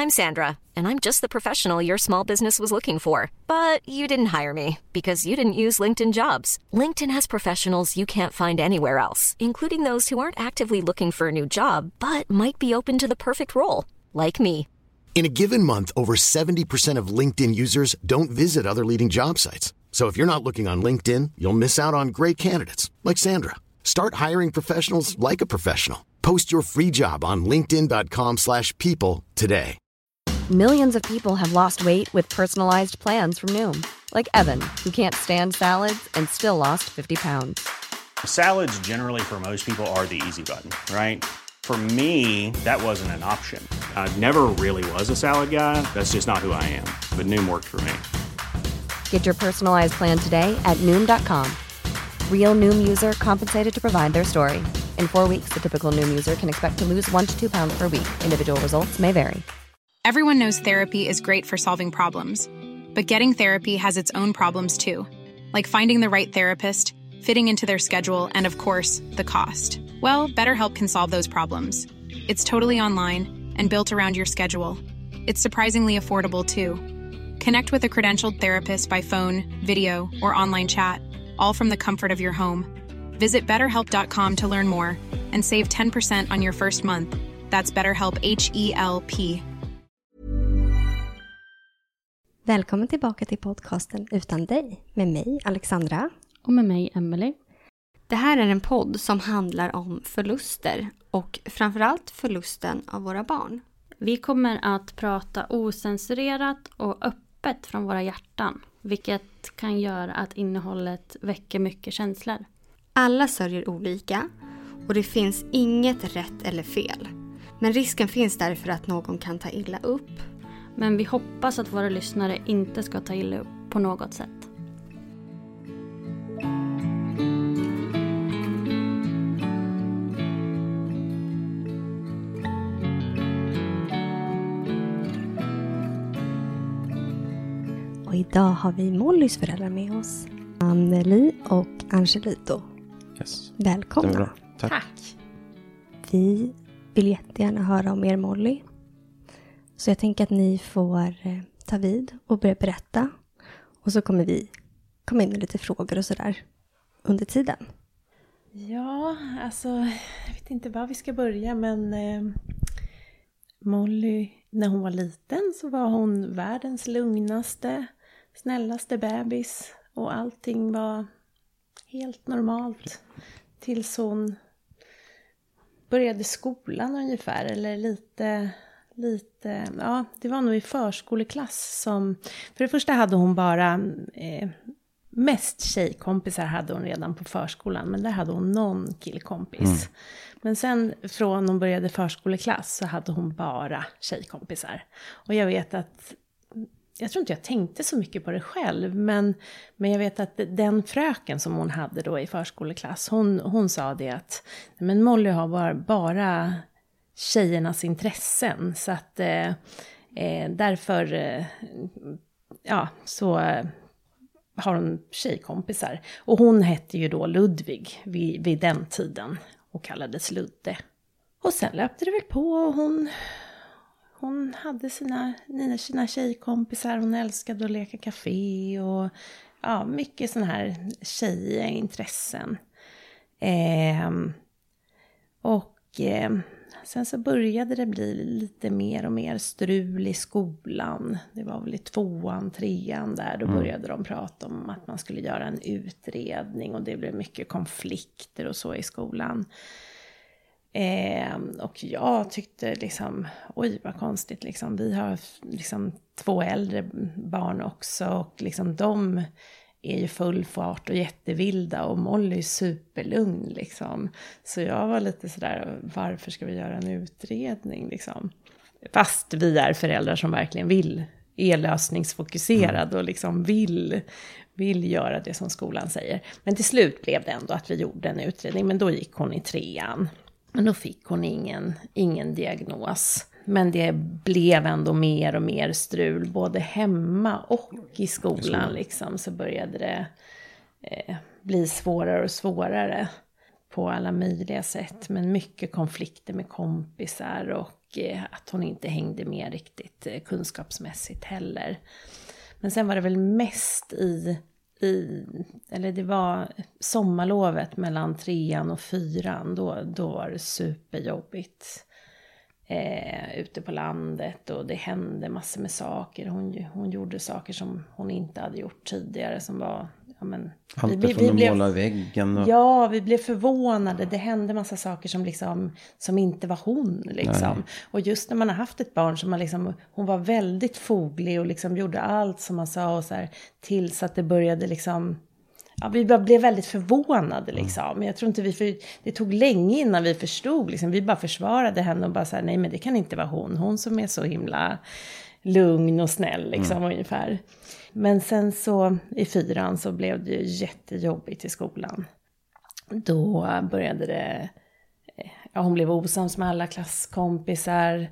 I'm Sandra, and I'm just the professional your small business was looking for. But you didn't hire me because you didn't use LinkedIn Jobs. LinkedIn has professionals you can't find anywhere else, including those who aren't actively looking for a new job, but might be open to the perfect role, like me. In a given month, over 70% of LinkedIn users don't visit other leading job sites. So if you're not looking on LinkedIn, you'll miss out on great candidates like Sandra. Start hiring professionals like a professional. Post your free job on linkedin.com/people today. Millions of people have lost weight with personalized plans from Noom. Like Evan, who can't stand salads and still lost 50 pounds. Salads generally for most people are the easy button, right? For me, that wasn't an option. I never really was a salad guy. That's just not who I am. But Noom worked for me. Get your personalized plan today at Noom.com. Real Noom user compensated to provide their story. In 4 weeks, the typical Noom user can expect to lose 1 to 2 pounds per week. Individual results may vary. Everyone knows therapy is great for solving problems. But getting therapy has its own problems too. Like finding the right therapist, fitting into their schedule, and of course, the cost. Well, BetterHelp can solve those problems. It's totally online and built around your schedule. It's surprisingly affordable too. Connect with a credentialed therapist by phone, video, or online chat, all from the comfort of your home. Visit BetterHelp.com to learn more and save 10% on your first month. That's BetterHelp, H-E-L-P. Välkommen tillbaka till podcasten Utan dig med mig, Alexandra. Och med mig, Emily. Det här är en podd som handlar om förluster och framförallt förlusten av våra barn. Vi kommer att prata osensurerat och öppet från våra hjärtan, vilket kan göra att innehållet väcker mycket känslor. Alla sörjer olika och det finns inget rätt eller fel. Men risken finns därför att någon kan ta illa upp. Men vi hoppas att våra lyssnare inte ska ta illa upp på något sätt. Och idag har vi Mollys föräldrar med oss. Anneli och Angelito. Yes. Välkomna. Det var bra. Tack. Vi vill jättegärna höra om er, Molly. Så jag tänker att ni får ta vid och börja berätta. Och så kommer vi komma in med lite frågor och sådär under tiden. Ja, alltså jag vet inte var vi ska börja, men Molly, när hon var liten så var hon världens lugnaste, snällaste bebis. Och allting var helt normalt tills hon började skolan ungefär, eller lite, ja, det var nog i förskoleklass som, för det första hade hon bara, mest tjejkompisar hade hon redan på förskolan, men där hade hon någon killkompis. Men sen från hon började förskoleklass så hade hon bara tjejkompisar. Och jag vet att, jag tror inte jag tänkte så mycket på det själv, men jag vet att den fröken som hon hade då i förskoleklass, hon sa det att men Molly har bara tjejernas intressen, så att därför ja, så har hon tjejkompisar. Och hon hette ju då Ludvig vid den tiden och kallades Ludde. Och sen löpte det väl på, och hon hade sina tjejkompisar. Hon älskade att leka café och ja, mycket sån här tjejintressen. Sen så började det bli lite mer och mer strul i skolan. Det var väl i 2:an, 3:an där. Då började de prata om att man skulle göra en utredning. Och det blev mycket konflikter och så i skolan. Och jag tyckte liksom, oj vad konstigt liksom. Vi har liksom 2 äldre barn också. Och liksom de är ju full fart och jättevilda, och Molly är superlugn liksom. Så jag var lite sådär, varför ska vi göra en utredning liksom? Fast vi är föräldrar som verkligen är lösningsfokuserade och liksom vill göra det som skolan säger. Men till slut blev det ändå att vi gjorde en utredning, men då gick hon i 3:an. Men då fick hon ingen diagnos. Men det blev ändå mer och mer strul, både hemma och i skolan liksom. Så började det bli svårare och svårare på alla möjliga sätt. Men mycket konflikter med kompisar, och att hon inte hängde med riktigt kunskapsmässigt heller. Men sen var det väl mest eller det var sommarlovet mellan 3:an och 4:an. Då var det superjobbigt ute på landet, och det hände massor med saker. Hon gjorde saker som hon inte hade gjort tidigare, som var... Ja, men, allt från att måla väggen. Och... Ja, vi blev förvånade. Det hände massa saker som inte var hon. Liksom. Och just när man har haft ett barn som hon var väldigt foglig och liksom gjorde allt som man sa. Och så här, tills att det började liksom... Ja, vi bara blev väldigt förvånade liksom. Jag tror inte det tog länge innan vi förstod. Liksom. Vi bara försvarade henne och bara så här, nej men det kan inte vara hon. Hon som är så himla lugn och snäll liksom ungefär. Men sen så i 4:an så blev det ju jättejobbigt i skolan. Då började det... Ja, hon blev osams med alla klasskompisar.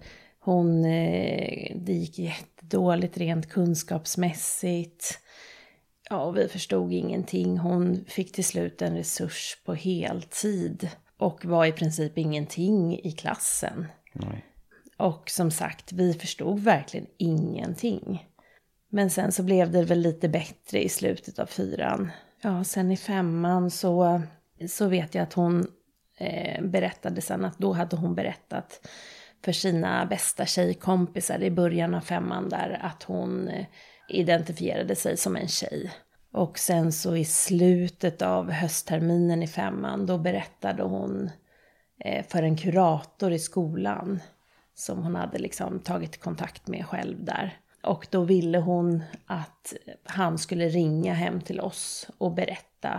Det gick jättedåligt rent kunskapsmässigt. Ja, och vi förstod ingenting. Hon fick till slut en resurs på heltid. Och var i princip ingenting i klassen. Nej. Och som sagt, vi förstod verkligen ingenting. Men sen så blev det väl lite bättre i slutet av 4:an. Ja, sen i 5:an så vet jag att hon berättade sen att då hade hon berättat för sina bästa tjejkompisar i början av 5:an där att hon identifierade sig som en tjej. Och sen så i slutet av höstterminen i 5:an då berättade hon för en kurator i skolan som hon hade liksom tagit kontakt med själv där. Och då ville hon att han skulle ringa hem till oss och berätta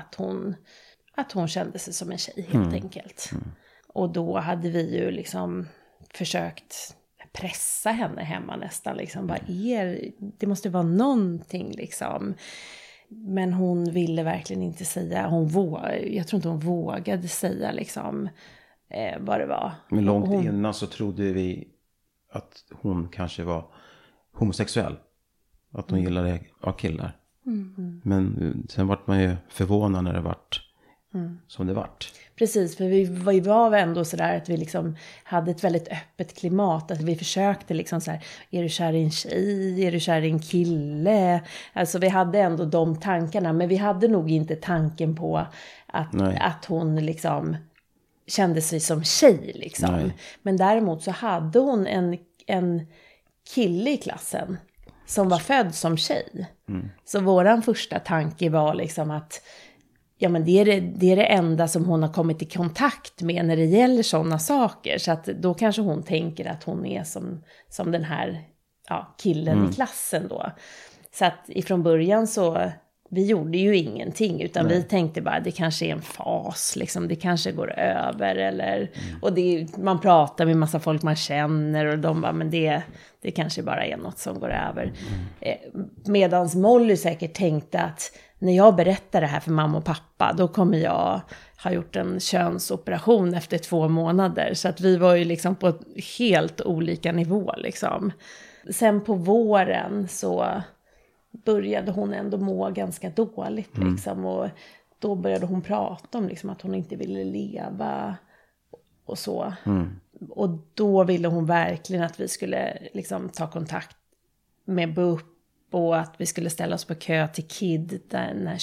att hon kände sig som en tjej helt enkelt. Och då hade vi ju liksom försökt pressa henne hemma nästan liksom. Det måste vara någonting liksom. Men hon ville verkligen inte säga. Jag tror inte hon vågade säga liksom vad det var. Men långt innan så trodde vi att hon kanske var homosexuell. Att hon gillade killar. Men sen vart man ju förvånad när det vart som det vart. Precis, för vi var ändå sådär att vi liksom hade ett väldigt öppet klimat. Att vi försökte liksom så här, är du kär i en tjej? Är du kär i en kille? Alltså vi hade ändå de tankarna. Men vi hade nog inte tanken på att hon liksom kände sig som tjej liksom. Nej. Men däremot så hade hon en kille i klassen som var född som tjej. Så våran första tanke var liksom att ja, men det är det enda som hon har kommit i kontakt med när det gäller sådana saker. Så att då kanske hon tänker att hon är som den här killen i klassen då. Så att ifrån början så, vi gjorde ju ingenting. Utan vi tänkte bara, det kanske är en fas. Liksom, det kanske går över. Eller, och man pratar med massa folk man känner. Och de bara, men det kanske bara är något som går över. Medans Molly säkert tänkte att när jag berättar det här för mamma och pappa, då kommer jag ha gjort en könsoperation efter 2 månader. Så att vi var ju liksom på ett helt olika nivå liksom. Sen på våren så började hon ändå må ganska dåligt liksom. Och då började hon prata om liksom att hon inte ville leva och så. Och då ville hon verkligen att vi skulle liksom ta kontakt med BUP. Och att vi skulle ställa oss på kö till KID, den här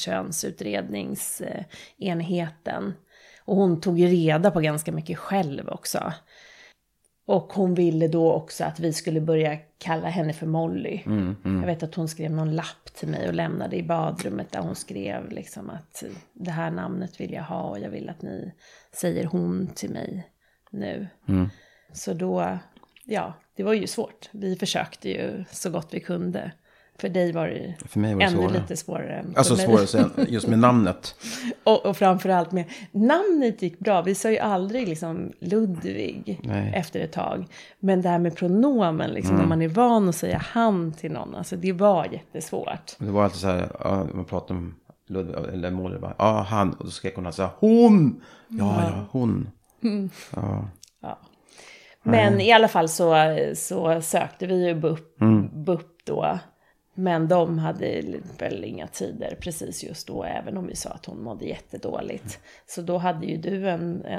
könsutredningsenheten. Och hon tog ju reda på ganska mycket själv också. Och hon ville då också att vi skulle börja kalla henne för Molly. Jag vet att hon skrev någon lapp till mig och lämnade i badrummet där hon skrev liksom att det här namnet vill jag ha och jag vill att ni säger hon till mig nu. Så då, det var ju svårt. Vi försökte ju så gott vi kunde. För dig var det för mig var det ännu svårare. Lite svårare. Alltså svårare just med namnet. och framförallt med namnet gick bra. Vi sa ju aldrig liksom Ludvig efter ett tag. Men det här med pronomen liksom, när man är van att säga han till någon. Alltså det var jättesvårt. Det var alltid så här, man pratar om Ludvig eller Molly bara, han. Och då ska jag kunna säga hon. Ja, hon. Ja. Men i alla fall så sökte vi ju BUP då. Men de hade väl inga tider precis just då, även om vi sa att hon mådde jättedåligt. Så då hade ju du en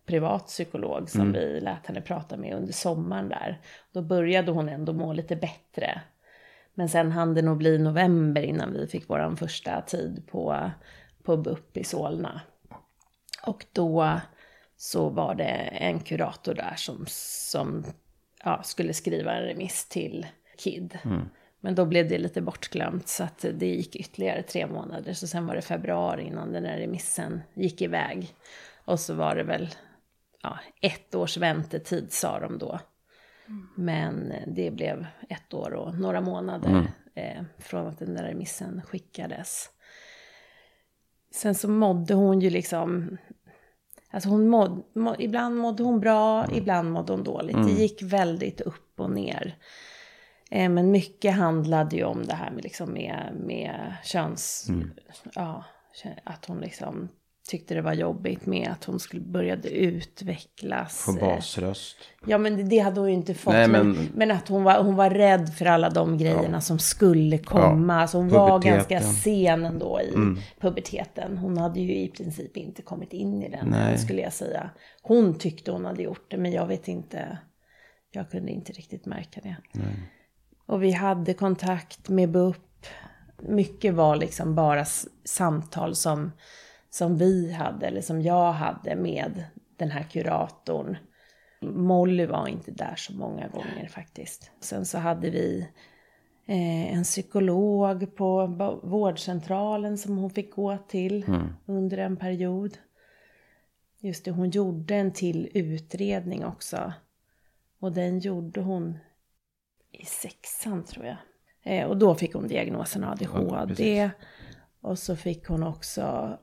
privat psykolog som vi lät henne prata med under sommaren där. Då började hon ändå må lite bättre. Men sen hann det nog bli november innan vi fick vår första tid på BUP i Solna. Och då så var det en kurator där som skulle skriva en remiss till KID. Men då blev det lite bortglömt så att det gick ytterligare 3 månader. Så sen var det februari innan den här remissen gick iväg. Och så var det väl 1 års väntetid sa de då. Men det blev 1 år och några månader från att den där remissen skickades. Sen så mådde hon ju liksom... Alltså ibland mådde hon bra, ibland mådde hon dåligt. Det gick väldigt upp och ner. Men mycket handlade ju om det här med köns... att hon liksom tyckte det var jobbigt med att hon började utvecklas. På basröst. Ja, men det hade hon ju inte fått. Nej, men att hon var rädd för alla de grejerna som skulle komma. Alltså hon var ganska sen ändå i puberteten. Hon hade ju i princip inte kommit in i den, skulle jag säga. Hon tyckte hon hade gjort det, men jag vet inte. Jag kunde inte riktigt märka det. Nej. Och vi hade kontakt med BUP. Mycket var liksom bara samtal som vi hade, eller som jag hade med den här kuratorn. Molly var inte där så många gånger faktiskt. Sen så hade vi en psykolog på vårdcentralen som hon fick gå till under en period. Just det, hon gjorde en till utredning också. Och den gjorde hon i 6:an tror jag. Och då fick hon diagnosen ADHD. Ja, och så fick hon också...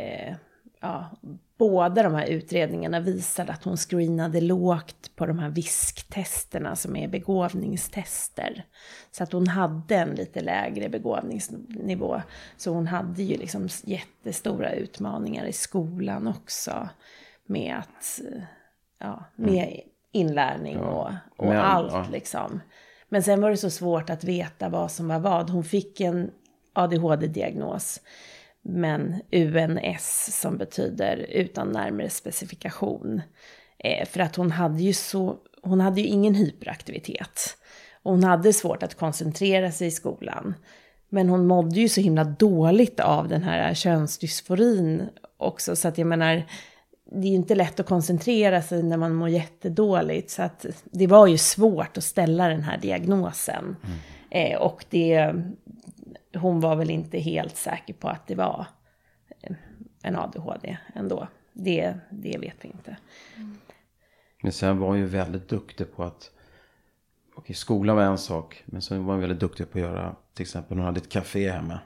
båda de här utredningarna visade att hon screenade lågt på de här visktesterna som är begåvningstester. Så att hon hade en lite lägre begåvningsnivå. Så hon hade ju liksom jättestora utmaningar i skolan också. Med att, med inlärning och allt liksom. Men sen var det så svårt att veta vad som var vad. Hon fick en ADHD-diagnos. Men UNS som betyder utan närmare specifikation. För att hon hade ju ingen hyperaktivitet. Och hon hade svårt att koncentrera sig i skolan. Men hon mådde ju så himla dåligt av den här könsdysforin också. Så att jag menar, det är inte lätt att koncentrera sig när man mår jättedåligt. Så att det var ju svårt att ställa den här diagnosen. Och hon var väl inte helt säker på att det var en ADHD ändå. Det vet vi inte. Men sen var hon ju väldigt duktig på att... Okej, skolan var en sak. Men sen var hon väldigt duktig på att göra... Till exempel hon hade ett café hemma.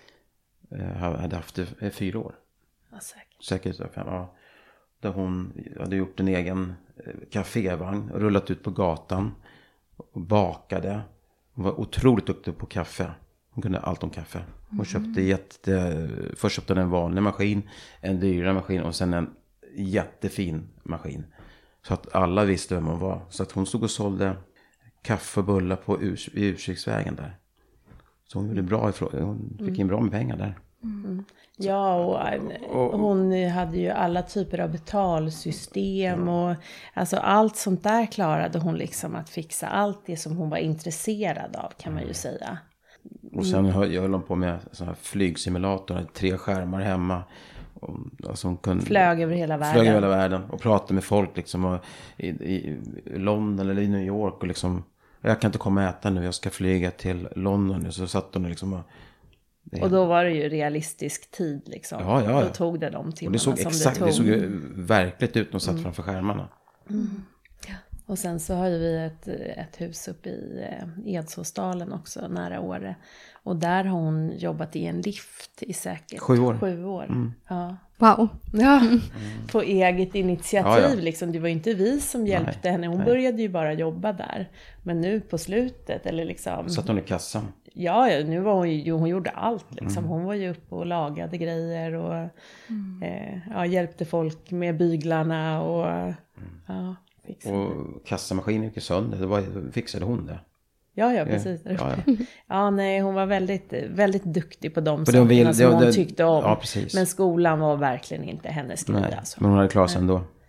Hade haft det i 4 år. Ja, säkert. Säkert, ja. Där hon hade gjort en egen kafévagn. Rullat ut på gatan. Och bakade. Hon var otroligt duktig på kaffe. Hon kunde allt om kaffe. Hon först köpte en vanlig maskin, en dyrare maskin och sen en jättefin maskin. Så att alla visste vem hon var. Så att hon stod och sålde kaffe och bullar i Urskiksvägen där. Så hon gjorde bra hon fick in bra med pengar där. Ja, och hon hade ju alla typer av betalsystem och alltså allt sånt där klarade hon liksom att fixa. Allt det som hon var intresserad av kan man ju säga. Och sen höll hon på med sån här flygsimulator, 3 skärmar hemma. Och, alltså hon kunde, flög över hela världen och pratade med folk liksom i London eller i New York och liksom, jag kan inte komma och äta nu, jag ska flyga till London. Och så satt hon liksom och då var det ju realistisk tid liksom. Ja. Då tog det de timmarna som det tog. Det såg ju verkligt ut när de satt framför skärmarna. Ja. Och sen så har ju vi ett hus uppe i Edsåsdalen också, nära Åre. Och där har hon jobbat i en lift i säkert 7 år. Ja. Wow. Ja, på eget initiativ liksom. Det var ju inte vi som hjälpte henne. Hon började ju bara jobba där. Men nu på slutet eller liksom... Satt hon i kassan? Ja, nu var hon gjorde allt liksom. Hon var ju uppe och lagade grejer och hjälpte folk med byglarna och fixade. Och kassamaskinen gick sönder, fixade hon det? Ja, precis. Ja, nej, hon var väldigt, väldigt duktig på de sakerna som hon tyckte om. Ja, precis. Men skolan var verkligen inte hennes grej. Alltså. Men hon hade klarat sig ändå.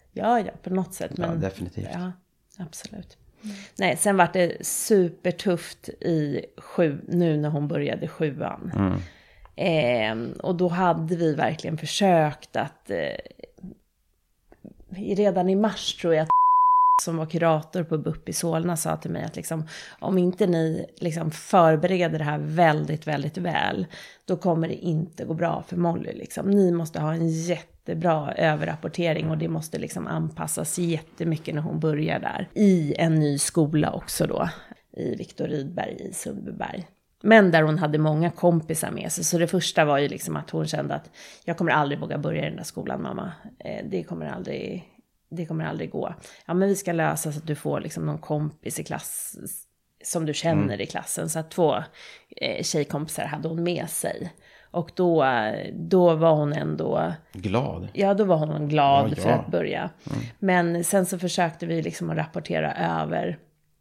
Ja, på något sätt. Men, ja, definitivt. Ja, absolut. Nej, sen var det supertufft nu när hon började 7:an. Och då hade vi verkligen försökt att redan i mars tror jag att som var kurator på BUP i Solna sa till mig att liksom, om inte ni liksom förbereder det här väldigt, väldigt väl, då kommer det inte gå bra för Molly. Liksom. Ni måste ha en jättebra överrapportering och det måste liksom anpassas jättemycket när hon börjar där. I en ny skola också då, i Viktor Rydberg i Sundbyberg. Men där hon hade många kompisar med sig. Så det första var ju liksom att hon kände att jag kommer aldrig våga börja i den där skolan, mamma. Det kommer aldrig gå. Ja, men vi ska lösa så att du får liksom någon kompis i klass som du känner i klassen. Så att 2 tjejkompisar hade hon med sig. Och då var hon ändå... Glad? Ja, då var hon glad för att börja. Men sen så försökte vi liksom att rapportera över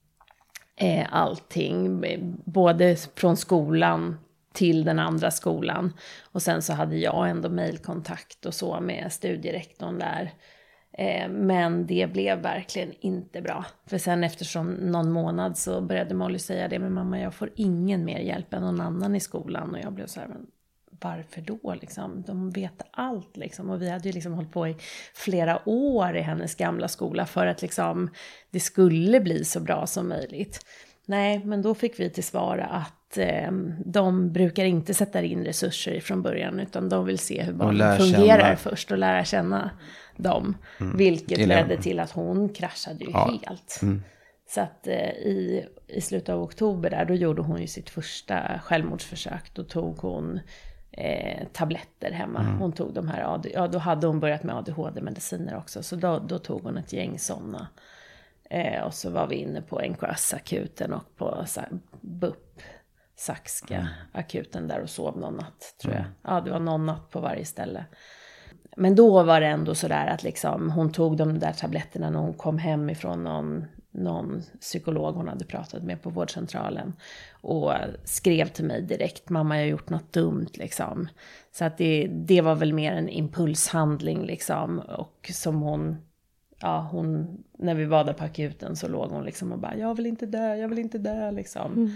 allting. Både från skolan till den andra skolan. Och sen så hade jag ändå mejlkontakt och så med studierektorn där. Men det blev verkligen inte bra. För sen eftersom någon månad så började Molly säga det. Men mamma, jag får ingen mer hjälp än någon annan i skolan. Och jag blev så här, men varför då liksom? De vet allt liksom. Och vi hade ju liksom hållit på i flera år i hennes gamla skola. För att liksom det skulle bli så bra som möjligt. Nej, men då fick vi till svara att de brukar inte sätta in resurser från början. Utan de vill se hur barnen fungerar först och lära känna dem. Vilket ledde till att hon kraschade ju helt. Så att i slutet av oktober där, då gjorde hon ju sitt första självmordsförsök. Då tog hon tabletter hemma. Hon tog de här, då hade hon börjat med ADHD-mediciner också. Så då tog hon ett gäng sådana. Och så var vi inne på NKS-akuten och på BUP, Saxka akuten där och sov någon natt tror jag. Ja, det var någon natt på varje ställe. Men då var det ändå sådär att liksom, hon tog de där tabletterna när hon kom hem ifrån någon psykolog hon hade pratat med på vårdcentralen. Och skrev till mig direkt, mamma jag har gjort något dumt liksom. Så att det var väl mer en impulshandling liksom. Och som hon, när vi var där på akuten så låg hon liksom och bara, jag vill inte dö liksom.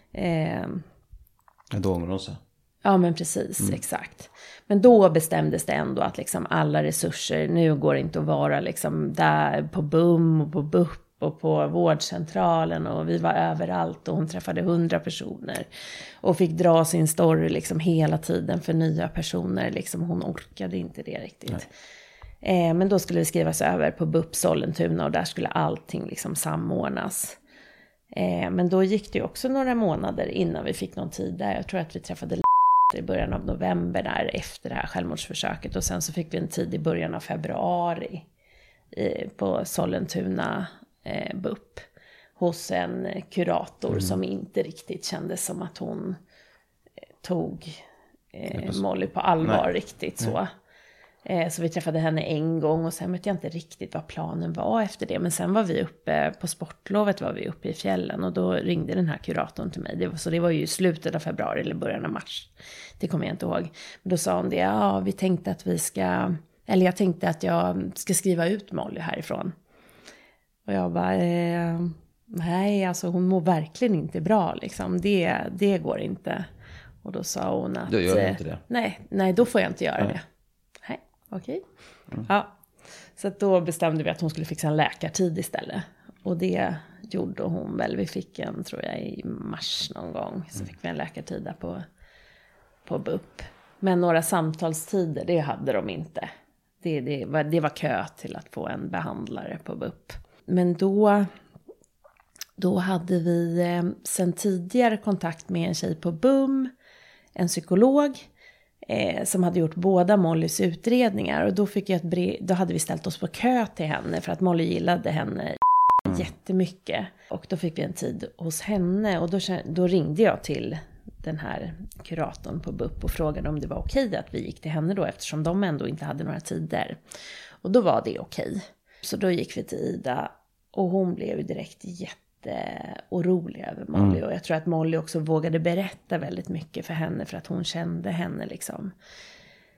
Då ångrar hon sig. Ja men precis, exakt. Men då bestämdes det ändå att liksom alla resurser, nu går det inte att vara liksom där på BUM och på BUP och på vårdcentralen och vi var överallt och hon träffade 100 personer och fick dra sin story liksom hela tiden för nya personer liksom, hon orkade inte det riktigt. Men då skulle vi skrivas över på BUP Sollentuna och där skulle allting liksom samordnas. Men då gick det ju också några månader innan vi fick någon tid där. Jag tror att vi träffade i början av november där efter det här självmordsförsöket. Och sen så fick vi en tid i början av februari på Sollentuna BUP. Hos en kurator som inte riktigt kändes som att hon tog Molly på allvar riktigt så. Så vi träffade henne en gång och sen vet jag inte riktigt vad planen var efter det. Men sen var vi uppe på sportlovet, var vi uppe i fjällen och då ringde den här kuratorn till mig. Så det var ju slutet av februari eller början av mars. Det kommer jag inte ihåg. Men då sa hon det, vi tänkte att jag tänkte att jag ska skriva ut Molly härifrån. Och jag bara, nej alltså hon mår verkligen inte bra liksom. Det går inte. Och då sa hon att... Du gör inte det? Nej, då får jag inte göra det. Okej. Ja. Så att då bestämde vi att hon skulle fixa en läkartid istället. Och det gjorde hon väl. Vi fick en, tror jag, i mars någon gång. Så fick vi en läkartid där på BUP. Men några samtalstider, det hade de inte. Det var kö till att få en behandlare på BUP. Men då hade vi sen tidigare kontakt med en tjej på BUM. En psykolog. Som hade gjort båda Mollys utredningar. Och då fick jag ett brev, då hade vi ställt oss på kö till henne. För att Molly gillade henne jättemycket. Och då fick vi en tid hos henne. Och då ringde jag till den här kuratorn på BUP. Och frågade om det var okej att vi gick till henne då. Eftersom de ändå inte hade några tider. Och då var det okej. Så då gick vi till Ida. Och hon blev ju direkt orolig över Molly. Och jag tror att Molly också vågade berätta väldigt mycket för henne. För att hon kände henne liksom.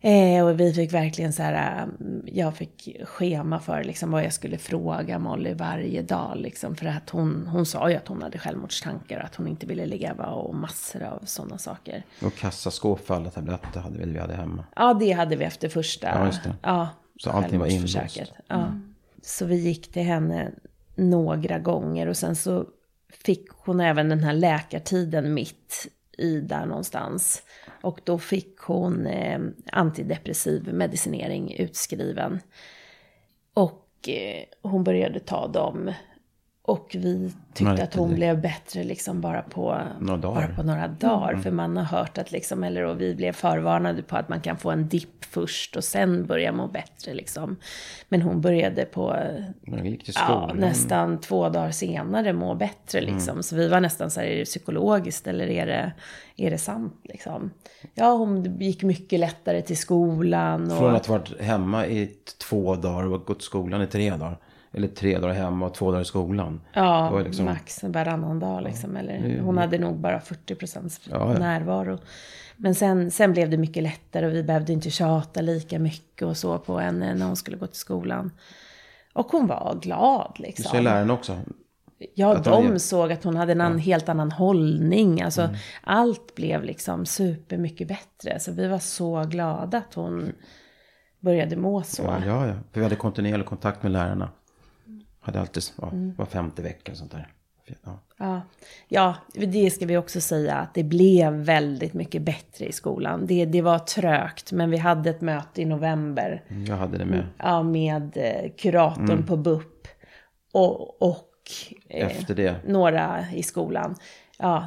Och vi fick verkligen så här, jag fick schema för liksom vad jag skulle fråga Molly varje dag. Liksom, för att hon sa ju att hon hade självmordstankar och att hon inte ville leva och massor av sådana saker. Och kassaskåp för alla tabletter hade vi hade hemma. Ja, det hade vi efter första. Ja, just det. Ja, så allting var inlåst. Ja. Så vi gick till henne några gånger och sen så fick hon även den här läkartiden mitt i där någonstans. Och då fick hon antidepressiv medicinering utskriven. Och hon började ta dem. Och vi tyckte att hon blev bättre liksom bara på några dagar. För man har hört att liksom, och vi blev förvarnade på att man kan få en dipp först och sen börja må bättre liksom. Men hon började på nästan 2 dagar senare må bättre liksom. Så vi var nästan så här, är det psykologiskt eller är det sant liksom? Ja, hon gick mycket lättare till skolan. Från att ha varit hemma i 2 dagar och gått till skolan i 3 dagar. Eller 3 dagar hemma och 2 dagar i skolan. Ja, liksom, max varannan dag liksom. Eller, hon hade nog bara 40% närvaro. Men sen blev det mycket lättare och vi behövde inte tjata lika mycket och så på henne när hon skulle gå till skolan. Och hon var glad liksom. Du ser läraren också? Ja, de såg att hon hade en helt annan hållning. Alltså, allt blev liksom super mycket bättre. Så vi var så glada att hon började må så. Ja. För vi hade kontinuerlig kontakt med lärarna. Hade alltid var 50 vecka och sånt där. Ja, det ska vi också säga att det blev väldigt mycket bättre i skolan. Det var trögt, men vi hade ett möte i november. Jag hade det med. Ja, med kuratorn på BUP och efter det några i skolan. Ja,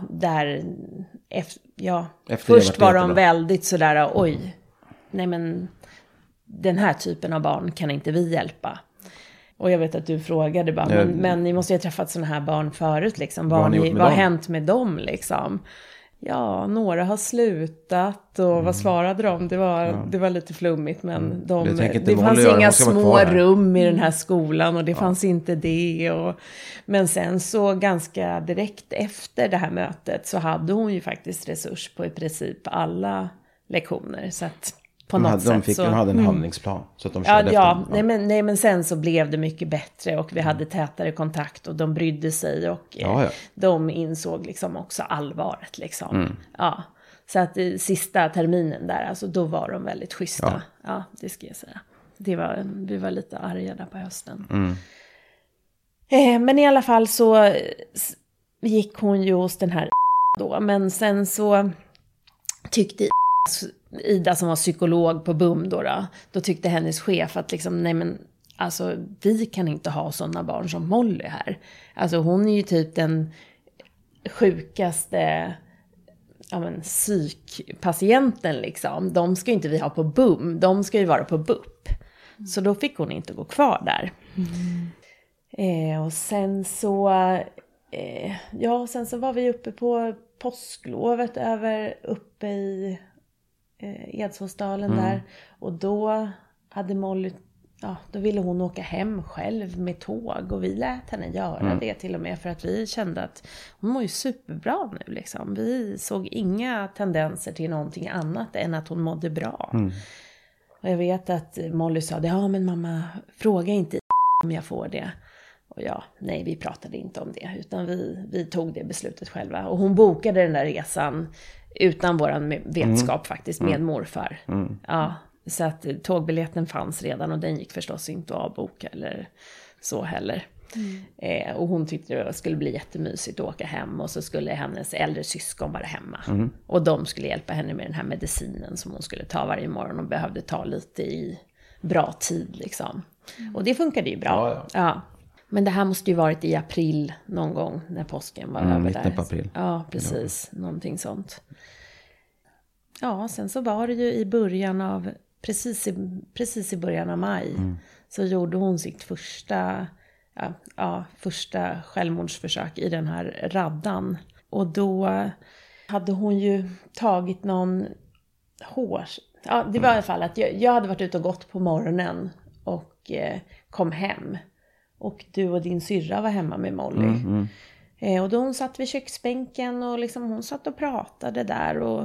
först var de väldigt sådär, oj, nej men den här typen av barn kan inte vi hjälpa. Och jag vet att du frågade bara, men ni måste ju ha träffat sådana här barn förut liksom. Vad har hänt med dem liksom? Ja, några har slutat och vad svarade de? Det var lite flummigt, men det fanns inga små rum i den här skolan och det fanns inte det. Men sen så ganska direkt efter det här mötet så hade hon ju faktiskt resurs på i princip alla lektioner, så att på något sätt de hade en handlingsplan så att de körde efter. Nej, men sen så blev det mycket bättre och vi hade tätare kontakt och de brydde sig och de insåg liksom också allvaret liksom. Ja, så att sista terminen där, alltså då var de väldigt schyssta. Ja, det ska jag säga. Vi var lite arga där på hösten. Men i alla fall så gick hon ju hos den här då, men sen så tyckte Ida som var psykolog på BUM då tyckte hennes chef att liksom, nej men alltså vi kan inte ha sådana barn som Molly här. Alltså hon är ju typ den sjukaste psykpatienten liksom. De ska ju inte vi ha på BUM, de ska ju vara på BUP. Så då fick hon inte gå kvar där. Och sen så sen så var vi uppe på påsklovet uppe i Edsåsdalen där. Och då hade Molly, då ville hon åka hem själv med tåg. Och vi lät henne göra det till och med. För att vi kände att hon mår ju superbra nu liksom. Vi såg inga tendenser till någonting annat än att hon mådde bra. Och jag vet att Molly sa det, men mamma, fråga inte om jag får det. Och nej, vi pratade inte om det. Utan vi tog det beslutet själva. Och hon bokade den där resan utan våran vetskap faktiskt med morfar. Ja, så att tågbiljetten fanns redan och den gick förstås inte att avboka eller så heller. Och hon tyckte det skulle bli jättemysigt att åka hem och så skulle hennes äldre syskon vara hemma. Och de skulle hjälpa henne med den här medicinen som hon skulle ta varje morgon och behövde ta lite i bra tid liksom. Och det funkade ju bra. Ja. Men det här måste ju varit i april någon gång när påsken var över där. På april. Ja, precis. Någonting sånt. Ja, sen så var det ju i början av, precis i början av maj. Så gjorde hon sitt första självmordsförsök i den här raddan. Och då hade hon ju tagit någon det var i alla fall att jag hade varit ute och gått på morgonen och kom hem. Och du och din syrra var hemma med Molly. Och då hon satt vid köksbänken och liksom hon satt och pratade där. Och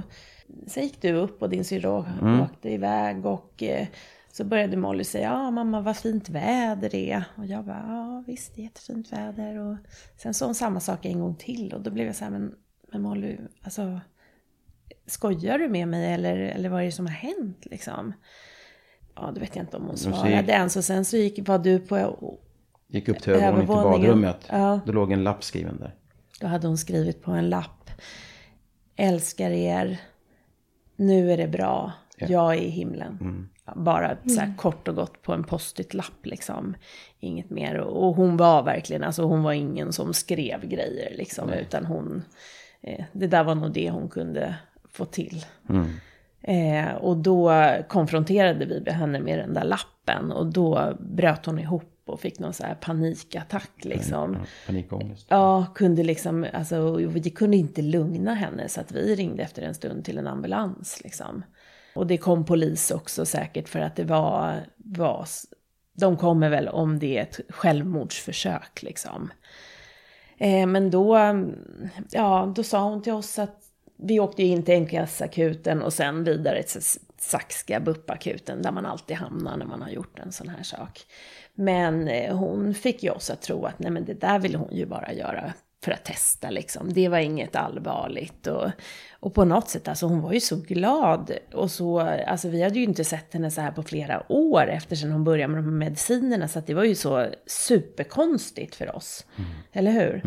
sen gick du upp och din syrra åkte iväg och så började Molly säga, ja mamma vad fint väder det är. Och jag bara, ja visst det är jättefint väder. Och sen sa hon samma sak en gång till och då blev jag så här, men Molly, alltså skojar du med mig eller vad är det som har hänt liksom? Ja, det vet jag inte om hon svarade ens. Och sen så var du på... Gick upp till övervåningen till badrummet. Ja. Då låg en lapp skriven där. Då hade hon skrivit på en lapp. Älskar er. Nu är det bra. Ja. Jag är i himlen. Bara så här kort och gott på en post-it-lapp liksom. Inget mer. Och hon var verkligen, alltså hon var ingen som skrev grejer liksom. Nej. Utan hon... det där var nog det hon kunde få till. Och då konfronterade vi henne med den där lappen. Och då bröt hon ihop och fick någon så här panikattack liksom. Panikångest. Ja, kunde liksom, alltså vi kunde inte lugna henne. Så att vi ringde efter en stund till en ambulans liksom. Och det kom polis också säkert för att det var de kommer väl om det är ett självmordsförsök liksom. Men då sa hon till oss att vi åkte ju in till NKS-akuten och sen vidare till Saxska BUP-akuten där man alltid hamnar när man har gjort en sån här sak. Men hon fick ju oss att tro att nej men det där ville hon ju bara göra för att testa liksom. Det var inget allvarligt och på något sätt, alltså hon var ju så glad och så, alltså vi hade ju inte sett henne så här på flera år eftersom hon började med de medicinerna så att det var ju så superkonstigt för oss. Eller hur?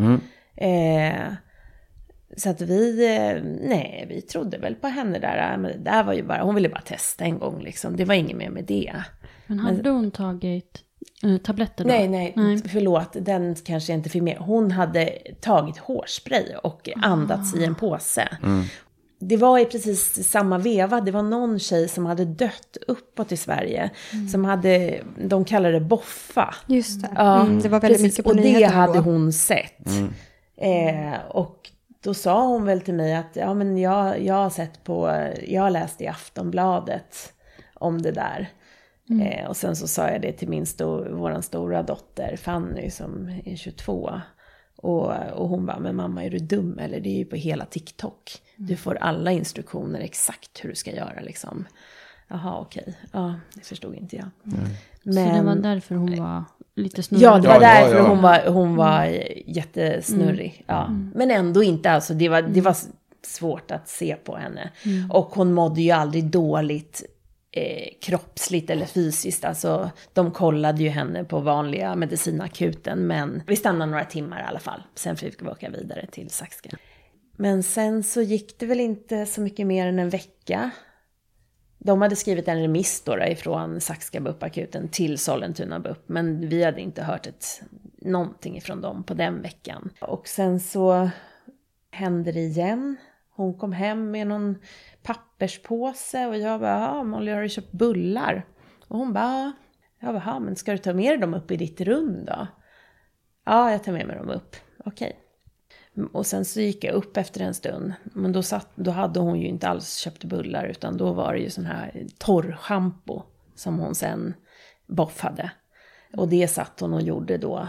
Så att vi trodde väl på henne där, men det där var ju bara, hon ville bara testa en gång liksom, det var inget mer med det. Men hade hon tagit tabletter då? Nej, förlåt, den kanske jag inte fick med. Hon hade tagit hårspray och andats i en påse. Det var i precis samma veva, det var någon tjej som hade dött uppåt i Sverige, som hade, de kallade det boffa. Just det, det var väldigt mycket på nyheterna. Och det hade hon sett. Och då sa hon väl till mig att ja, men jag har läst i Aftonbladet om det där. Och sen så sa jag det till våran stora dotter Fanny som är 22. Och hon bara, men mamma är du dum eller? Det är ju på hela TikTok. Du får alla instruktioner exakt hur du ska göra liksom. Jaha, okej. Ja, det förstod inte jag. Men, så det var därför hon var lite snurrig? Ja, det var därför hon var jättesnurrig. Ja. Men ändå inte, alltså det var svårt att se på henne. Och hon mådde ju aldrig dåligt kroppsligt eller fysiskt. Alltså de kollade ju henne på vanliga medicinakuten, men vi stannade några timmar i alla fall. Sen fick vi åka vidare till Saxska. Men sen så gick det väl inte så mycket mer än en vecka. De hade skrivit en remiss då ifrån Saxska BUP-akuten till Sollentuna BUP, men vi hade inte hört någonting ifrån dem på den veckan. Och sen så hände det igen. Hon kom hem med någon papperspåse och jag bara, ja Molly, har du köpt bullar? Och hon bara, ja men ska du ta med dem upp i ditt rum då? Ja, jag tar med mig dem upp. Okej. Och sen så gick jag upp efter en stund. Men då hade hon ju inte alls köpt bullar, utan då var det ju sån här torrschampo som hon sen boffade. Och det satt hon och gjorde då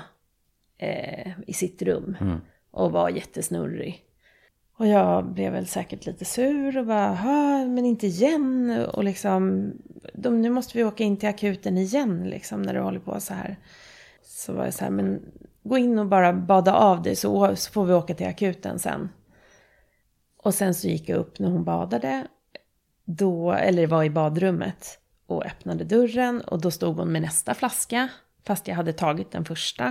i sitt rum. Och var jättesnurrig. Och jag blev väl säkert lite sur och bara, men inte igen. Och liksom, nu måste vi åka in till akuten igen liksom, när det håller på så här. Så var jag så här, men gå in och bara bada av dig så får vi åka till akuten sen. Och sen så gick jag upp när hon badade. Eller var i badrummet och öppnade dörren. Och då stod hon med nästa flaska, fast jag hade tagit den första.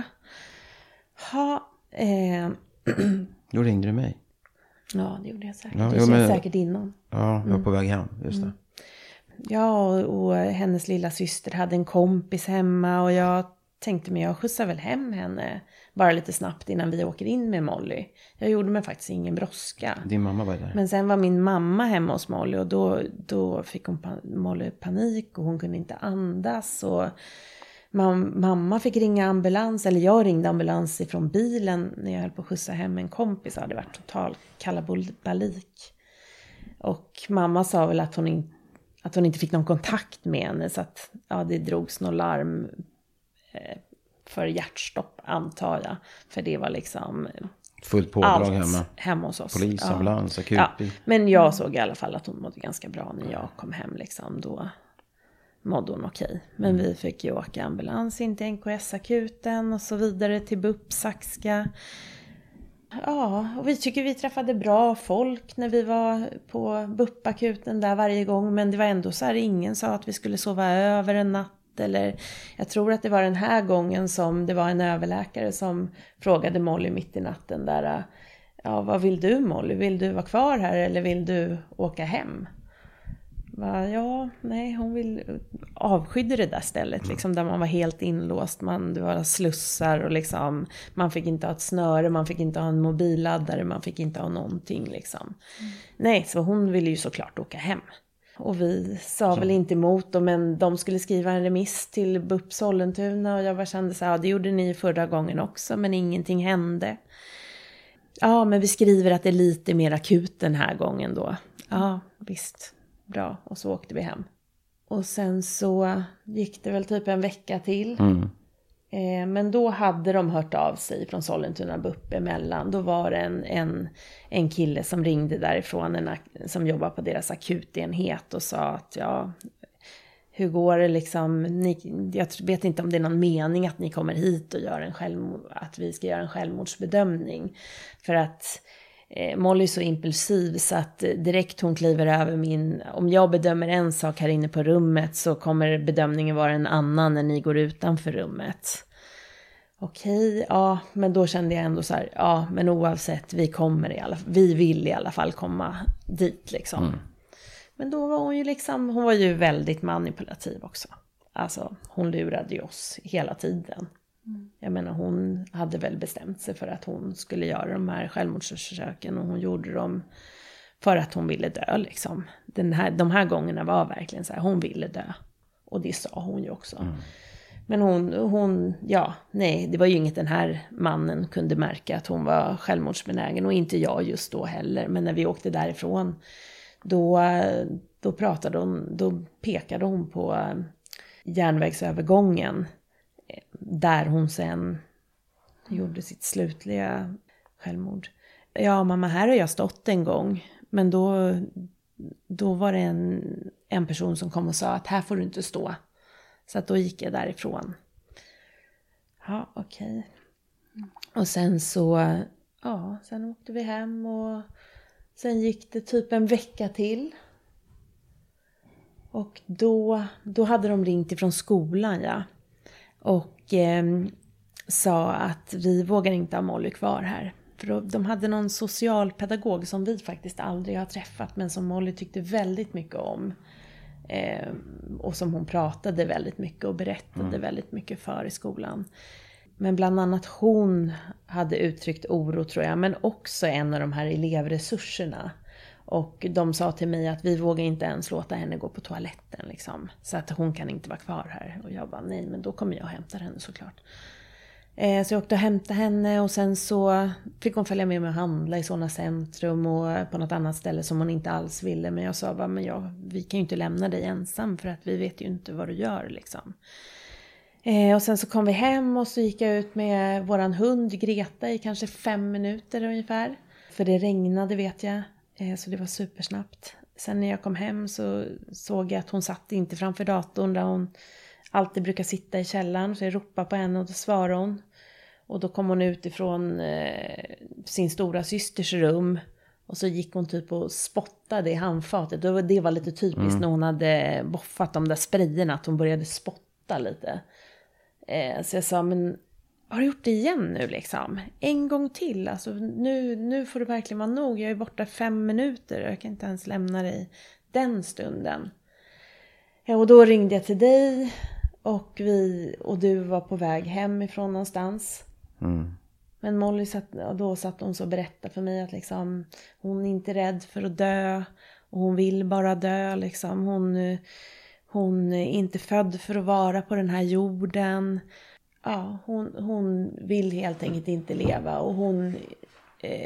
Då ringde du mig. Ja, det gjorde jag säkert. Ja, det känns säkert innan. Ja, jag var på väg hem, just det. Ja, och hennes lilla syster hade en kompis hemma. Och jag tänkte mig, jag skjutsar väl hem henne bara lite snabbt innan vi åker in med Molly. Jag gjorde mig faktiskt ingen brådska. Din mamma var där. Men sen var min mamma hemma hos Molly. Och då fick Molly panik och hon kunde inte andas. Och mamma fick ringa ambulans, eller jag ringde ambulans ifrån bilen när jag höll på att skjutsa hem en kompis. Det hade varit total kalabalik. Och mamma sa väl att hon inte fick någon kontakt med henne, så att det drogs någon larm för hjärtstopp, antar jag. För det var liksom Fullt pådrag allt hemma hos oss. Polis, ambulans, akutbil. Men jag såg i alla fall att hon mådde ganska bra när jag kom hem liksom. Då mådde hon okej. Men vi fick ju åka ambulans in till NKS-akuten och så vidare till BUP, Saxka. Ja, och vi tycker vi träffade bra folk när vi var på BUP-akuten där varje gång. Men det var ändå så här, ingen sa att vi skulle sova över en natt. Eller jag tror att det var den här gången som det var en överläkare som frågade Molly mitt i natten där. Ja, vad vill du Molly? Vill du vara kvar här eller vill du åka hem? Hon avskydde det där stället liksom, där man var helt inlåst. Det var slussar och liksom, man fick inte ha ett snöre, man fick inte ha en mobilladdare, man fick inte ha någonting liksom. Nej, så hon ville ju såklart åka hem. Och vi sa väl inte emot dem, men de skulle skriva en remiss till BUP Sollentuna och jag bara kände så här, det gjorde ni förra gången också, men ingenting hände. Ja, men vi skriver att det är lite mer akut den här gången då. Ja, visst. Bra. Och så åkte vi hem. Och sen så gick det väl typ en vecka till. Men då hade de hört av sig från Sollentuna BUP emellan. Då var det en kille som ringde därifrån, som jobbar på deras akutenhet och sa att hur går det liksom, jag vet inte om det är någon mening att ni kommer hit och gör att vi ska göra en självmordsbedömning. För att Molly är så impulsiv så att direkt hon kliver över om jag bedömer en sak här inne på rummet så kommer bedömningen vara en annan när ni går utanför rummet. Okej, ja, men då kände jag ändå så här, ja, men oavsett, vi vill i alla fall komma dit liksom. Men då var hon ju liksom, hon var ju väldigt manipulativ också. Alltså, hon lurade ju oss hela tiden. Jag menar, hon hade väl bestämt sig för att hon skulle göra de här självmordsförsöken och hon gjorde dem för att hon ville dö liksom. De här gångerna var verkligen så här, hon ville dö. Och det sa hon ju också. Men det var ju inget den här mannen kunde märka att hon var självmordsbenägen och inte jag just då heller. Men när vi åkte därifrån då pekade hon på järnvägsövergången där hon sen gjorde sitt slutliga självmord. Ja, mamma, här har jag stått en gång. Men då var det en person som kom och sa att här får du inte stå. Så att då gick jag därifrån. Ja, okej. Och sen så, sen åkte vi hem och sen gick det typ en vecka till. Och då hade de ringt ifrån skolan, och sa att vi vågar inte ha Molly kvar här. För de hade någon socialpedagog som vi faktiskt aldrig har träffat, men som Molly tyckte väldigt mycket om. Och som hon pratade väldigt mycket och berättade väldigt mycket för i skolan. Men bland annat hon hade uttryckt oro, tror jag, men också en av de här elevresurserna. Och de sa till mig att vi vågar inte ens låta henne gå på toaletten liksom. Så att hon kan inte vara kvar här. Och jag bara, nej, men då kommer jag och hämtar henne såklart. Så jag åkte och hämtade henne och sen så fick hon följa med mig och handla i Solna centrum och på något annat ställe som hon inte alls ville. Men jag sa bara, vi kan ju inte lämna dig ensam för att vi vet ju inte vad du gör liksom. Och sen så kom vi hem och så gick jag ut med våran hund Greta i kanske 5 minuter ungefär. För det regnade, vet jag. Så det var supersnabbt. Sen när jag kom hem så såg jag att hon satt inte framför datorn där hon alltid brukar sitta i källaren. Så jag ropade på henne och då svarade hon. Och då kom hon ut ifrån sin stora systers rum. Och så gick hon typ och spottade i handfatet. Det var lite typiskt när hon hade boffat de där sprayerna, att hon började spotta lite. Så jag sa, men har du gjort det igen nu liksom? En gång till. Alltså, nu får du verkligen vara nog. Jag är borta 5 minuter. Jag kan inte ens lämna dig den stunden. Och då ringde jag till dig. Och du var på väg hemifrån någonstans. Men Molly satt hon så och berättade för mig att liksom, hon är inte rädd för att dö. Och hon vill bara dö. Liksom. Hon är inte född för att vara på den här jorden. Ja, hon vill helt enkelt inte leva. Och hon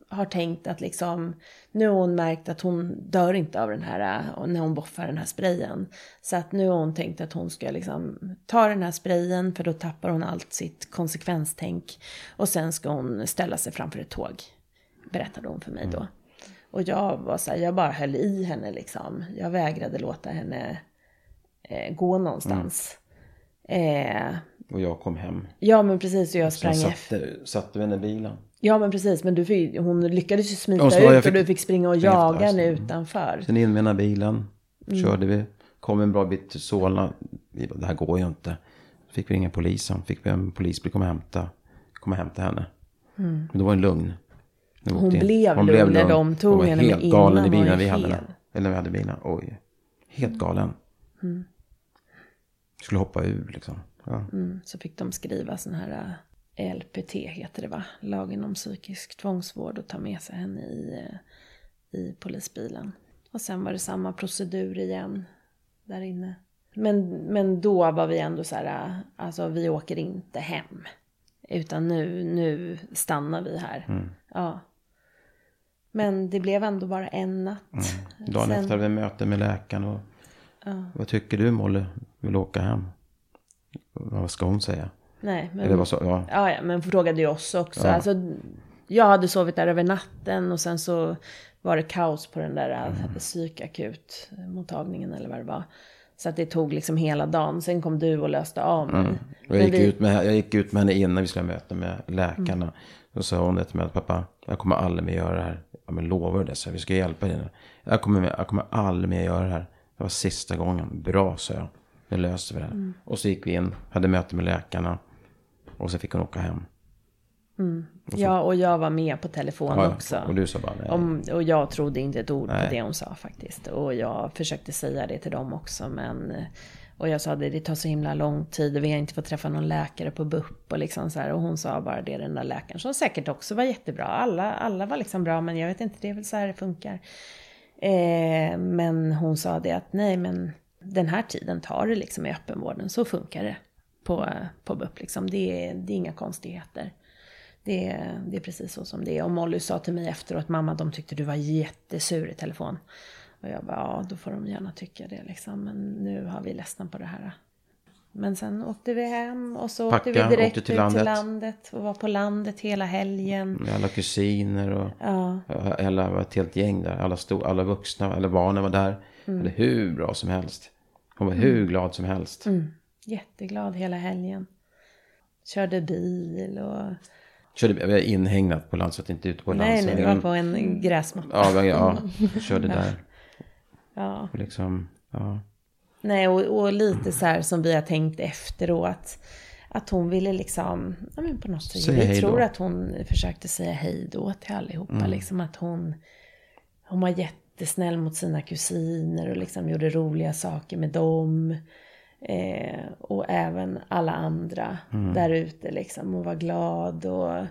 har tänkt att liksom, nu har hon märkt att hon dör inte av den här, när hon boffar den här sprayen. Så att nu har hon tänkt att hon ska liksom ta den här sprayen, för då tappar hon allt sitt konsekvenstänk. Och sen ska hon ställa sig framför ett tåg, berättade hon för mig då. Och jag var så här, jag bara höll i henne liksom. Jag vägrade låta henne gå någonstans. Och jag kom hem. Ja, men precis. Och jag sprang efter. Satte vi henne i bilen. Ja, men precis. Men hon lyckades ju smita ut och du fick springa och jaga henne utanför. Sen in med den här bilen. Körde vi. Kom en bra bit till Solna. Det här går ju inte. Fick vi ringa polisen. Fick vi en polisbil komma och hämta henne. Men det var en lugn. Hon blev lugn när de tog henne. Hon var helt galen i bilen vi hade. Eller vi hade bilen. Oj. Helt galen. Skulle hoppa ur liksom. Ja. Så fick de skriva sån här LPT heter det va? Lagen om psykisk tvångsvård, och ta med sig henne i polisbilen. Och sen var det samma procedur igen där inne. Men då var vi ändå så här, alltså vi åker inte hem. Utan nu stannar vi här. Ja. Men det blev ändå bara en natt. Dagen efter hade vi möte med läkaren. Och, vad tycker du, Molly? Vill åka hem? Vad ska hon säga? Nej, men, eller vad så, ja, men frågade ju oss också. Ja. Alltså, jag hade sovit där över natten. Och sen så var det kaos på den där psykakutmottagningen eller vad det var. Så att det tog liksom hela dagen. Sen kom du och löste av mig. Och jag gick ut med henne innan vi skulle möta med läkarna. Då sa hon det till mig att pappa, jag kommer aldrig mer göra det här. Ja, men lovar det, så vi ska hjälpa dig. Jag kommer aldrig mer göra det här. Det var sista gången. Bra, sa jag. Nu löste vi det. Och så gick vi in, hade möte med läkarna. Och så fick hon åka hem. Ja, och jag var med på telefon också. Och du sa bara nej. Och jag trodde inte ett ord på det hon sa faktiskt. Och jag försökte säga det till dem också. Och jag sa det tar så himla lång tid. Vi har inte fått träffa någon läkare på BUP. Och, liksom så här, och hon sa bara det, den där läkaren. Som säkert också var jättebra. Alla var liksom bra, men jag vet inte, det är väl så här det funkar. Men hon sa det att nej, men den här tiden tar det liksom i öppenvården. Så funkar det på BUP. Liksom. Det är inga konstigheter. Det är precis så som det är. Och Molly sa till mig efteråt, mamma, de tyckte du var jättesur i telefon. Och jag bara, ja, då får de gärna tycka det liksom. Men nu har vi ledsnat på det här. Men sen åkte vi hem och så åkte vi direkt ut till landet. Och var på landet hela helgen. Med alla kusiner och alla var ett helt gäng där. Alla vuxna, eller barnen var där. Eller hur bra som helst. Hon var hur glad som helst. Jätteglad hela helgen. Körde bil och... Vi var inhägnat på land, så att inte ute på land. Nej, det var på en gräsmatta. Ja, körde där. Ja. Och liksom, Nej, och lite så här som vi har tänkt efteråt. Att hon ville liksom, ja men på något sätt. Vi tror att hon försökte säga hej då till allihopa. Liksom att hon var jättesnäll mot sina kusiner och liksom gjorde roliga saker med dem. Och även alla andra där ute liksom, och var glad och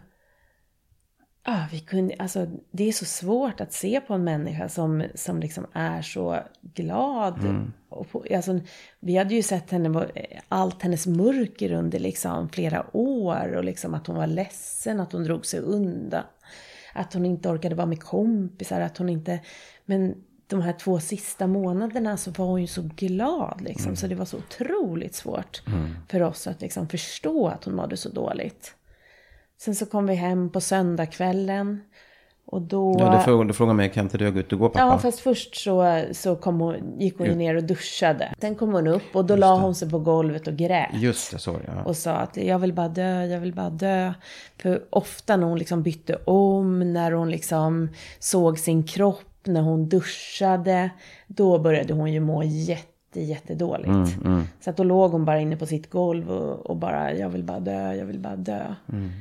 vi kunde, alltså det är så svårt att se på en människa som liksom är så glad och alltså, vi hade ju sett henne, allt hennes mörker under liksom flera år, och liksom att hon var ledsen, att hon drog sig undan, att hon inte orkade vara med kompisar, att hon inte, men de här 2 sista månaderna så var hon ju så glad liksom. Så det var så otroligt svårt för oss att liksom förstå att hon mådde så dåligt. Sen så kom vi hem på söndagskvällen. Och då... Ja, du frågade mig, kan inte du gå ut och gå, pappa? Ja, fast först så gick hon ner och duschade. Sen kom hon upp och då la hon sig på golvet och grät. Just det, så ja. Och sa att jag vill bara dö. För ofta när hon liksom bytte om, när hon liksom såg sin kropp, när hon duschade, då började hon ju må jättedåligt. Så att då låg hon bara inne på sitt golv och bara, jag vill bara dö.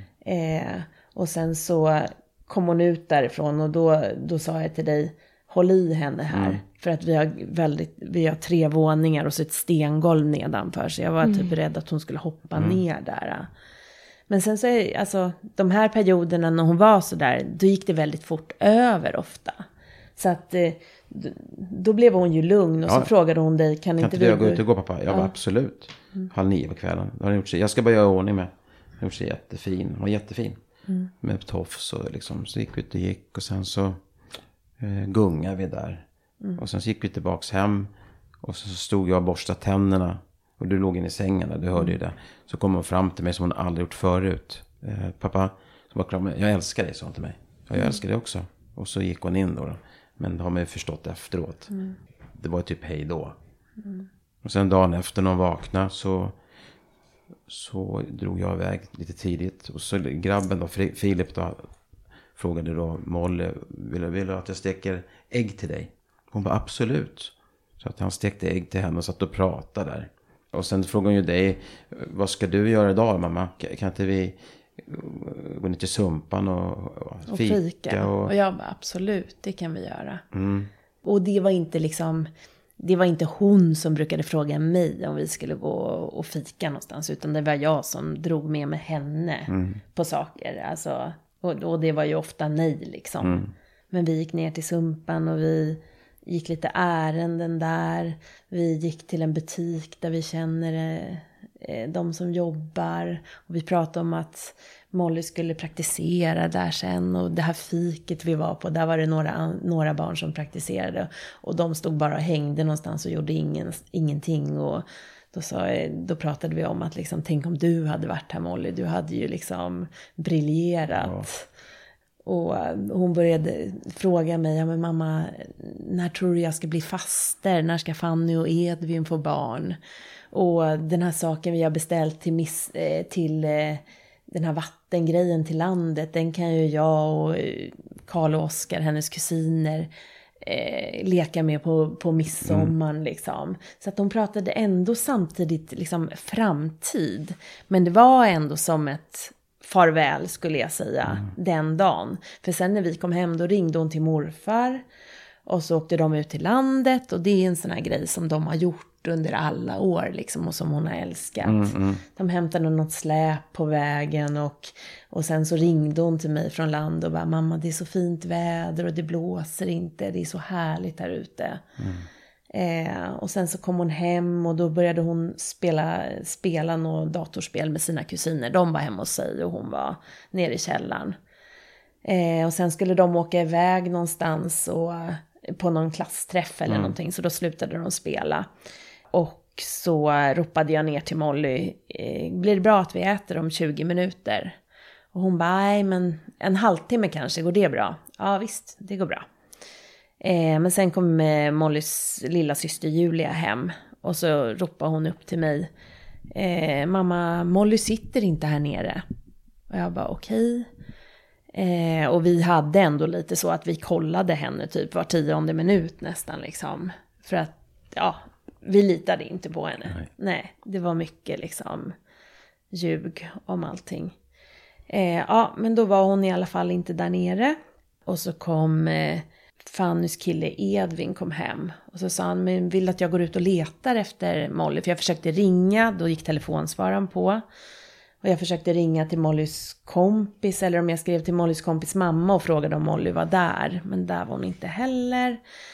Och sen så kom hon ut därifrån, och då sa jag till dig, håll i henne här. För att vi har 3 våningar och så ett stengolv nedanför. Så jag var typ rädd att hon skulle hoppa ner där. Men sen så alltså, de här perioderna när hon var så där, då gick det väldigt fort över ofta. Så att då blev hon ju lugn, och så frågade hon dig, kan inte vi gå ut och gå, pappa? Jag var absolut. 8:30 på kvällen. Jag ska bara göra ordning med. Hon var jättefin. Hon var jättefin. med tofs och liksom, så gick vi ut och gick och sen så gungade vi där. Och sen så gick vi tillbaks hem och så stod jag och borstade tänderna och du låg inne i sängen där, du hörde ju det. Så kom hon fram till mig som hon aldrig gjort förut. Pappa, som var klar, jag älskar dig, sa hon till mig. Ja, jag älskar dig också. Och så gick hon in då. Men det har man ju förstått efteråt. Det var typ hej då. Och sen dagen efter när hon vaknade så drog jag iväg lite tidigt. Och så grabben då, Filip då, frågade då Molly, vill du att jag steker ägg till dig? Hon bara absolut. Så att han stekte ägg till henne och satt och pratade där. Och sen frågade hon ju dig, vad ska du göra idag mamma? Kan inte vi gå ner till Sumpan och fika? Och jag bara absolut, det kan vi göra. Och det var inte liksom... Det var inte hon som brukade fråga mig om vi skulle gå och fika någonstans. Utan det var jag som drog med mig henne på saker. Alltså, och det var ju ofta nej liksom. Men vi gick ner till Sumpan och vi gick lite ärenden där. Vi gick till en butik där vi känner de som jobbar. Och vi pratade om att Molly skulle praktisera där sen. Och det här fiket vi var på, där var det några barn som praktiserade. Och de stod bara och hängde någonstans och gjorde ingenting. Och då pratade vi om att liksom, tänk om du hade varit här Molly. Du hade ju liksom briljerat. Ja. Och hon började fråga mig, ja men mamma, när tror du jag ska bli faster? När ska Fanny och Edvin få barn? Och den här saken vi har beställt till den här vattengrejen till landet, den kan ju jag och Karl och Oskar, hennes kusiner, leka med på midsommar liksom. Så att de pratade ändå samtidigt liksom framtid. Men det var ändå som ett farväl skulle jag säga den dagen. För sen när vi kom hem då ringde hon till morfar. Och så åkte de ut till landet. Och det är en sån här grej som de har gjort under alla år liksom, och som hon har älskat. De hämtade något släp på vägen och sen så ringde hon till mig från land och bara, mamma det är så fint väder och det blåser inte, det är så härligt här ute. Och sen så kom hon hem och då började hon spela något datorspel med sina kusiner. De var hemma hos sig och hon var nere i källaren. Och sen skulle de åka iväg någonstans och på någon klassträff eller någonting, så då slutade de spela. Och så ropade jag ner till Molly, blir det bra att vi äter om 20 minuter? Och hon bara, nej men en halvtimme kanske, går det bra? Ja visst, det går bra. Men sen kom Mollys lilla syster Julia hem och så ropade hon upp till mig, mamma, Molly sitter inte här nere. Och jag bara okej. Och vi hade ändå lite så att vi kollade henne typ var 10:e minut nästan liksom. För att ja, vi litade inte på henne. Nej, det var mycket liksom ljug om allting. Ja, men då var hon i alla fall inte där nere. Och så kom Fannys kille Edvin kom hem. Och så sa han, men vill att jag går ut och letar efter Molly? För jag försökte ringa, då gick telefonsvararen på. Och jag försökte ringa till Mollys kompis, eller om jag skrev till Mollys kompis mamma och frågade om Molly var där. Men där var hon inte heller.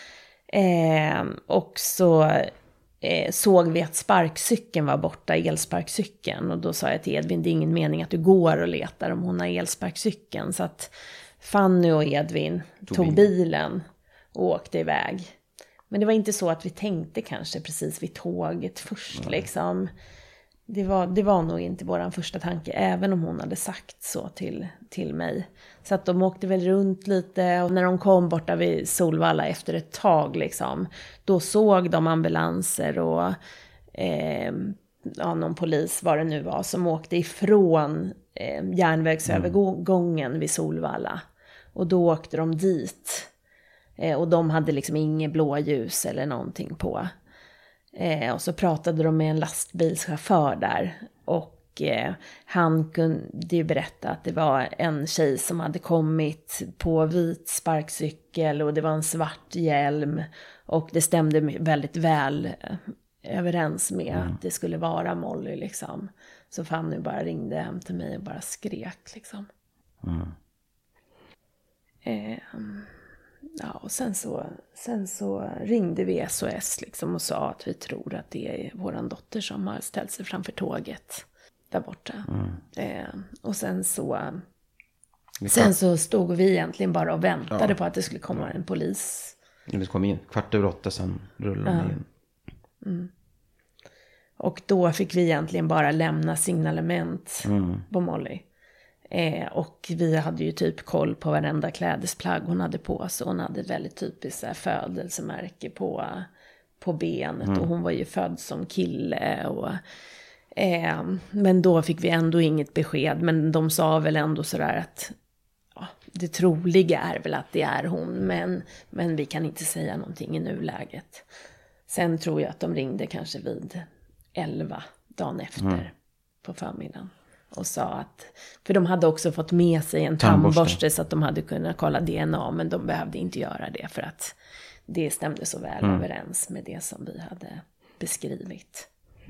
Och så såg vi att sparkcykeln var borta, elsparkcykeln. Och då sa jag till Edvin, det är ingen mening att du går och letar om hon har elsparkcykeln. Så att Fanny och Edvin tog bilen och åkte iväg. Men det var inte så att vi tänkte kanske precis vid tåget först liksom. Det var nog inte våran första tanke, även om hon hade sagt så till mig. Så att de åkte väl runt lite, och när de kom borta vid Solvalla efter ett tag liksom, då såg de ambulanser och någon polis, vad det nu var, som åkte ifrån järnvägsövergången vid Solvalla. Och då åkte de dit. Och de hade liksom inget blåljus eller någonting på. Och så pratade de med en lastbilschaufför där. Och han kunde ju berätta att det var en tjej som hade kommit på vit sparkcykel. Och det var en svart hjälm. Och det stämde väldigt väl överens med att det skulle vara Molly liksom. Så Fanny bara ringde hem till mig och bara skrek liksom. Ja, och sen så ringde vi SOS liksom och sa att vi tror att det är våran dotter som har ställt sig framför tåget där borta. Och sen så Sen så stod vi egentligen bara och väntade på att det skulle komma en polis. Det kom in 7:15, sen rullade de in. Mm. Och då fick vi egentligen bara lämna signalement på Molly. Och vi hade ju typ koll på varenda klädesplagg hon hade på sig. Hon hade väldigt typiskt så här födelsemärke på benet. Och hon var ju född som kille. Men då fick vi ändå inget besked. Men de sa väl ändå sådär att det troliga är väl att det är hon. Men vi kan inte säga någonting i nuläget. Sen tror jag att de ringde kanske vid 11 dagen efter på förmiddagen. Och sa att, för de hade också fått med sig en tandborste så att de hade kunnat kolla DNA. Men de behövde inte göra det för att det stämde så väl överens med det som vi hade beskrivit.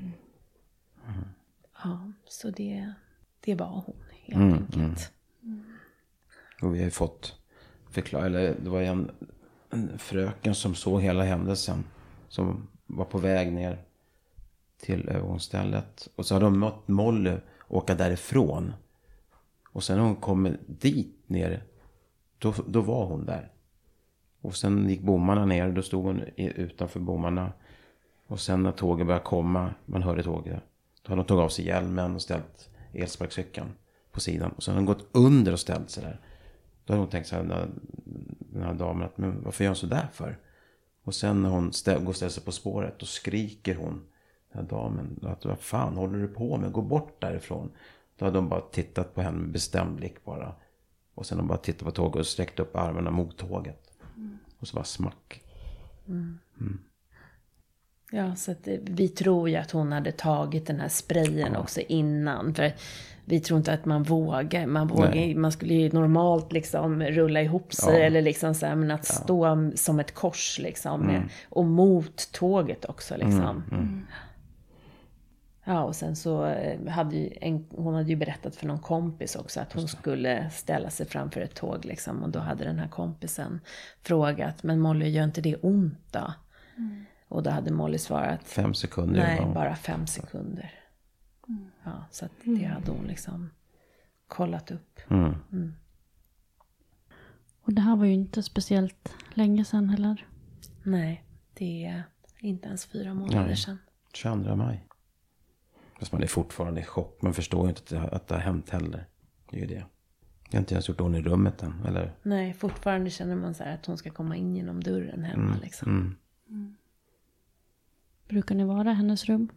Ja, så det var hon helt enkelt. Och vi har ju fått förklara, eller det var en fröken som såg hela händelsen. Som var på väg ner till övergångsstället. Och så hade de mött Molly åka därifrån. Och sen när hon kom dit ner, då var hon där. Och sen gick bommarna ner, då stod hon utanför bommarna. Och sen när tåget började komma, man hörde tåget, då hade de tagit av sig hjälmen och ställt elsparkcykeln på sidan. Och sen hade hon gått under och ställt sig där. Då hade hon tänkt så här, den här damen, att, men varför gör hon så där för? Och sen när hon går och ställer sig på spåret, då skriker hon, den här damen, att vad fan håller du på med? Gå bort därifrån. Då hade de bara tittat på henne med bestämd blick bara. Och sen de bara tittat på tåget och sträckt upp armarna mot tåget. Och så bara smack. Ja, så att vi tror ju att hon hade tagit den här sprayen också innan. För vi tror inte att man vågar. Man skulle ju normalt liksom rulla ihop sig eller liksom så här, men att stå som ett kors liksom och mot tåget också liksom. Ja, och sen så hon hade ju berättat för någon kompis också att hon skulle ställa sig framför ett tåg liksom. Och då hade den här kompisen frågat, men Molly, gör inte det ont då? Och då hade Molly svarat 5 sekunder. Nej, bara 5 sekunder. Ja, så att det hade hon liksom kollat upp. Och det här var ju inte speciellt länge sedan heller. Nej, det är inte ens 4 månader sedan. 22 maj. Fast man är fortfarande i chock. Man förstår ju inte att det har hänt heller. Det är ju det. Jag har inte ens gjort hon i rummet än, eller? Nej, fortfarande känner man så här att hon ska komma in genom dörren hemma liksom. Brukar ni vara i hennes rum?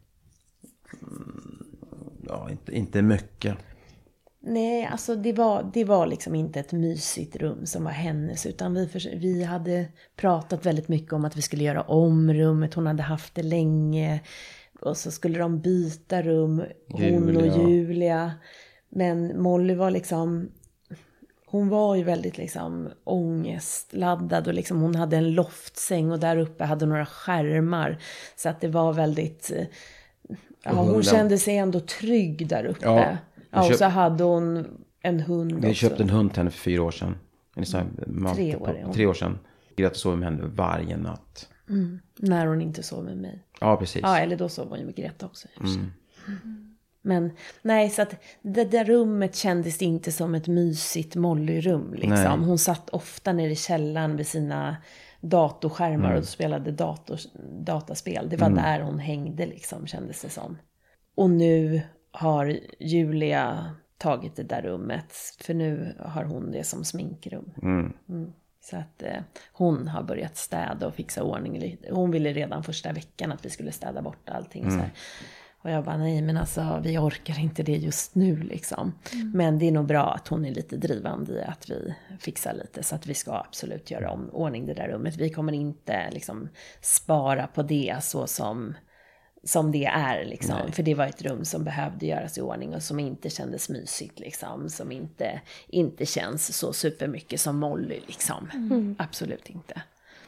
Ja, inte mycket. Nej, alltså det var liksom inte ett mysigt rum som var hennes. Utan vi hade pratat väldigt mycket om att vi skulle göra om rummet. Hon hade haft det länge. Och så skulle de byta rum, hon och Julia. Men Molly var liksom... Hon var ju väldigt liksom ångestladdad och liksom hon hade en loftsäng och där uppe hade några skärmar. Så att det var väldigt... Ja, hon kände sig ändå trygg där uppe. Ja, och så hade hon en hund också. Vi köpte en hund till henne för 4 år sedan. 3 år sedan. Greta sov med henne varje natt. När hon inte sov med mig. Ja, precis. Ja, eller då sov hon ju med Greta också. Men nej, så att det där rummet kändes inte som ett mysigt Molly-rum liksom. Nej. Hon satt ofta nere i källaren vid sina datorskärmar och spelade dataspel. Det var där hon hängde liksom, kändes det som. Och nu har Julia tagit det där rummet, för nu har hon det som sminkrum. Så att hon har börjat städa och fixa ordning. Hon ville redan första veckan att vi skulle städa bort allting så här. Och jag bara, nej men alltså vi orkar inte det just nu liksom. Men det är nog bra att hon är lite drivande i att vi fixar lite. Så att vi ska absolut göra om ordning det där rummet. Vi kommer inte liksom spara på det så som det är liksom. Nej. För det var ett rum som behövde göras i ordning och som inte kändes mysigt liksom. Som inte känns så supermycket som Molly liksom. Absolut inte.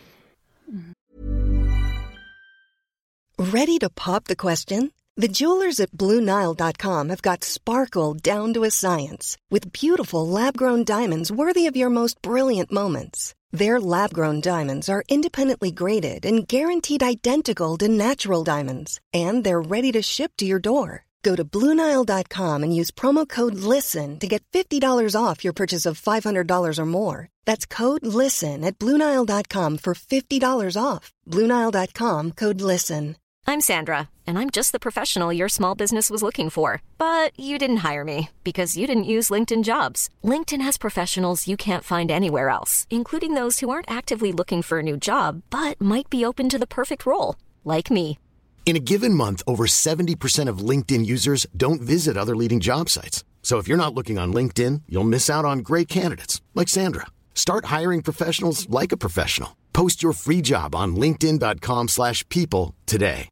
Ready to pop the question? The jewelers at BlueNile.com have got sparkle down to a science with beautiful lab-grown diamonds worthy of your most brilliant moments. Their lab-grown diamonds are independently graded and guaranteed identical to natural diamonds, and they're ready to ship to your door. Go to BlueNile.com and use promo code LISTEN to get $50 off your purchase of $500 or more. That's code LISTEN at BlueNile.com for $50 off. BlueNile.com, code LISTEN. I'm Sandra, and I'm just the professional your small business was looking for. But you didn't hire me because you didn't use LinkedIn Jobs. LinkedIn has professionals you can't find anywhere else, including those who aren't actively looking for a new job, but might be open to the perfect role, like me. In a given month, over 70% of LinkedIn users don't visit other leading job sites. So if you're not looking on LinkedIn, you'll miss out on great candidates like Sandra. Start hiring professionals like a professional. Post your free job on linkedin.com/people today.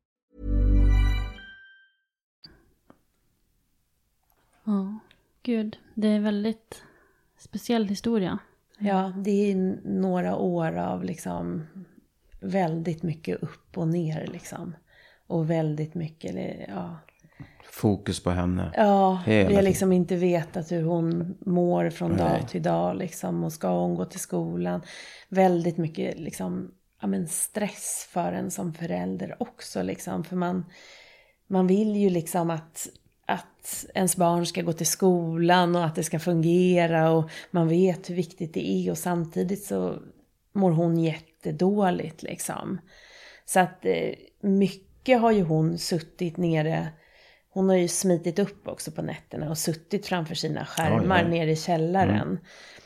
Ja, gud. Det är en väldigt speciell historia. Ja, det är några år av liksom väldigt mycket upp och ner liksom. Och väldigt mycket, ja. Fokus på henne. Ja, vi har liksom inte vetat hur hon mår från dag till dag liksom. Och ska hon gå till skolan. Väldigt mycket liksom, ja, men stress för en som förälder också liksom. För man vill ju liksom att ens barn ska gå till skolan och att det ska fungera. Och man vet hur viktigt det är. Och samtidigt så mår hon jättedåligt liksom. Så att mycket har ju hon suttit nere. Hon har ju smitit upp också på nätterna och suttit framför sina skärmar nere i källaren.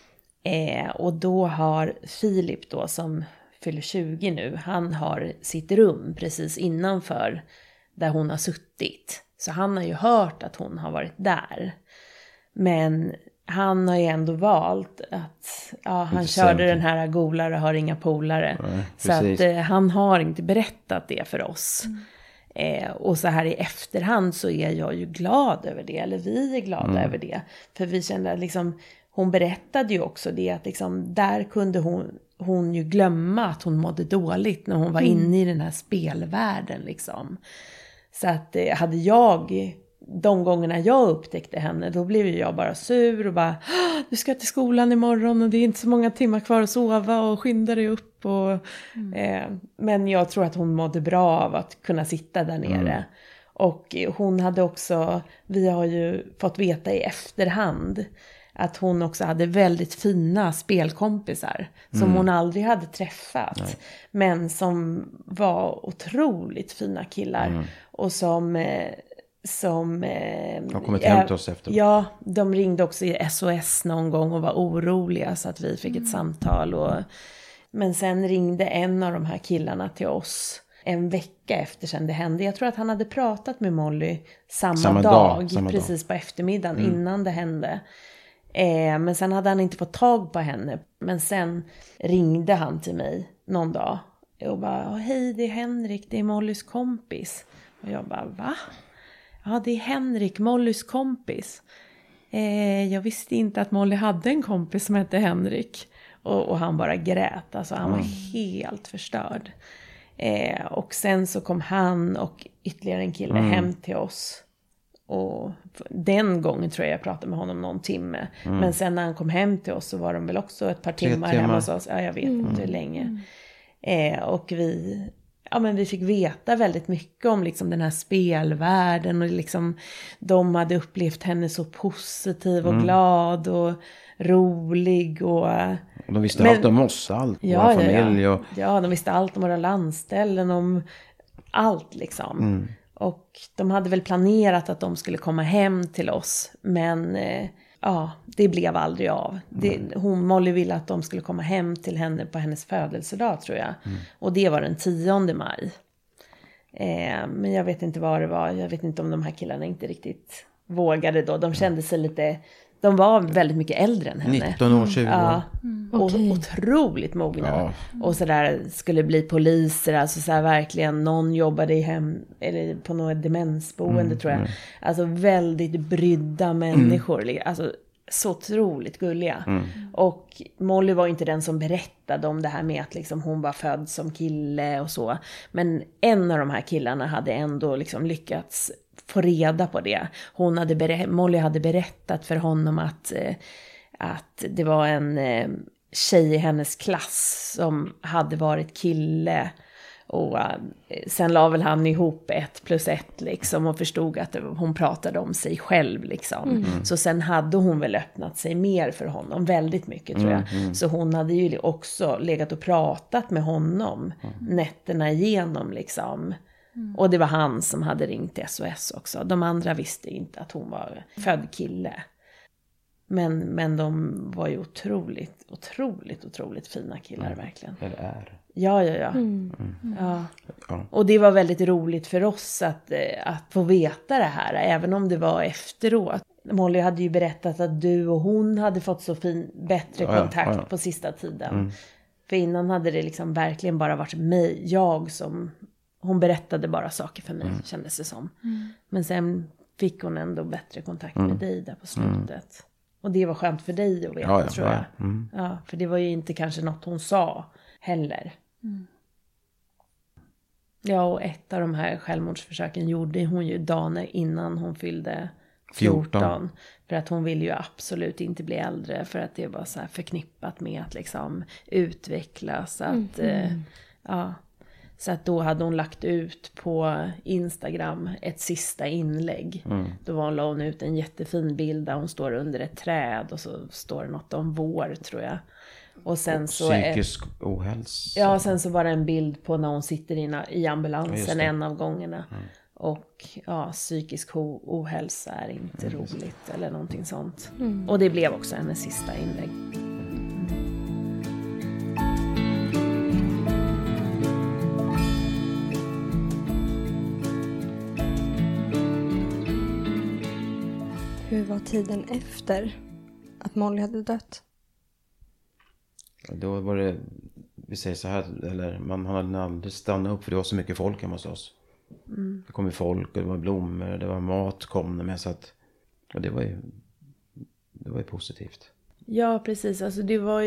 Och då har Filip då, som fyller 20 nu, han har sitt rum precis innanför där hon har suttit. Så han har ju hört att hon har varit där. Men han har ju ändå valt att han körde den här golare har inga polare. Så att han har inte berättat det för oss. Och så här i efterhand så är jag ju glad över det. Eller vi är glada över det. För vi kände att liksom, hon berättade ju också det. Att liksom, där kunde hon ju glömma att hon mådde dåligt. När hon var inne i den här spelvärlden liksom. Så att hade jag... De gångerna jag upptäckte henne, då blev jag bara sur och bara, du ska till skolan imorgon och det är inte så många timmar kvar att sova och skynda dig upp. Men jag tror att hon mådde bra av att kunna sitta där nere. Och hon hade också, vi har ju fått veta i efterhand att hon också hade väldigt fina spelkompisar som hon aldrig hade träffat. Nej. Men som var otroligt fina killar och som de kommit hem till oss efter. Ja, de ringde också i SOS någon gång och var oroliga så att vi fick ett samtal. Men sen ringde en av de här killarna till oss en vecka efter sen det hände. Jag tror att han hade pratat med Molly samma dag precis på eftermiddagen innan det hände. Men sen hade han inte fått tag på henne. Men sen ringde han till mig någon dag och bara, hej, det är Henrik, det är Mollys kompis. Och jag bara, va? Ja, det är Henrik, Mollys kompis. Jag visste inte att Molly hade en kompis som hette Henrik. Och han bara grät. Alltså han var helt förstörd. Och sen så kom han och ytterligare en kille hem till oss. Och den gången tror jag pratade med honom någon timme. Men sen när han kom hem till oss så var de väl också ett par timmar hemma hos oss. Ja, jag vet inte hur länge. Och vi fick veta väldigt mycket om liksom den här spelvärlden och liksom de hade upplevt henne så positiv och glad och rolig och de visste allt om oss, allt, vår familj och... Ja, de visste allt om våra landställen, om allt liksom. Och de hade väl planerat att de skulle komma hem till oss, men det blev aldrig av. Molly ville att de skulle komma hem till henne på hennes födelsedag, tror jag. Och det var den 10 maj. Men jag vet inte vad det var. Jag vet inte om de här killarna inte riktigt vågade då. De kände sig lite... De var väldigt mycket äldre än henne. 19 år, 20 år. Ja, och otroligt mogna. Ja. Och sådär skulle bli poliser. Alltså såhär verkligen, någon jobbade eller på något demensboende tror jag. Alltså väldigt brydda människor. Alltså så otroligt gulliga. Och Molly var inte den som berättade om det här med att liksom hon var född som kille och så. Men en av de här killarna hade ändå liksom lyckats få reda på det. Molly hade berättat för honom att det var en tjej i hennes klass som hade varit kille Och sen la väl han ihop 1+1 liksom och förstod att hon pratade om sig själv liksom. Så sen hade hon väl öppnat sig mer för honom, väldigt mycket tror jag. Så hon hade ju också legat och pratat med honom nätterna igenom liksom. Och det var han som hade ringt till SOS också. De andra visste inte att hon var född kille. Men de var ju otroligt fina killar verkligen. Eller är. Ja. Ja. Och det var väldigt roligt för oss att få veta det här, även om det var efteråt. Molly hade ju berättat att du och hon hade fått så bättre kontakt på sista tiden. För innan hade det liksom verkligen bara varit jag som... Hon berättade bara saker för mig, kändes det som. Men sen fick hon ändå bättre kontakt med dig där på slutet. Och det var skönt för dig att veta, tror jag. Ja, för det var ju inte kanske något hon sa heller. Ja, och ett av de här självmordsförsöken gjorde hon ju dagen innan hon fyllde 14. För att hon ville ju absolut inte bli äldre. För att det var så här förknippat med att liksom utvecklas. Att, så att då hade hon lagt ut på Instagram ett sista inlägg. Då la hon ut en jättefin bild där hon står under ett träd. Och så står det något om vår, tror jag. Och sen så psykisk ohälsa. Ja, sen så var det en bild på när hon sitter i ambulansen en av gångerna. Och psykisk ohälsa är inte roligt eller någonting sånt. Och det blev också hennes sista inlägg. Hur var tiden efter att Molly hade dött? Då var det, vi säger så här, eller man hade aldrig stannat upp för det var så mycket folk hemma hos oss. Det kom ju folk och det var blommor, det var mat kom det med, så att, och det var ju positivt. Ja, precis. Alltså det var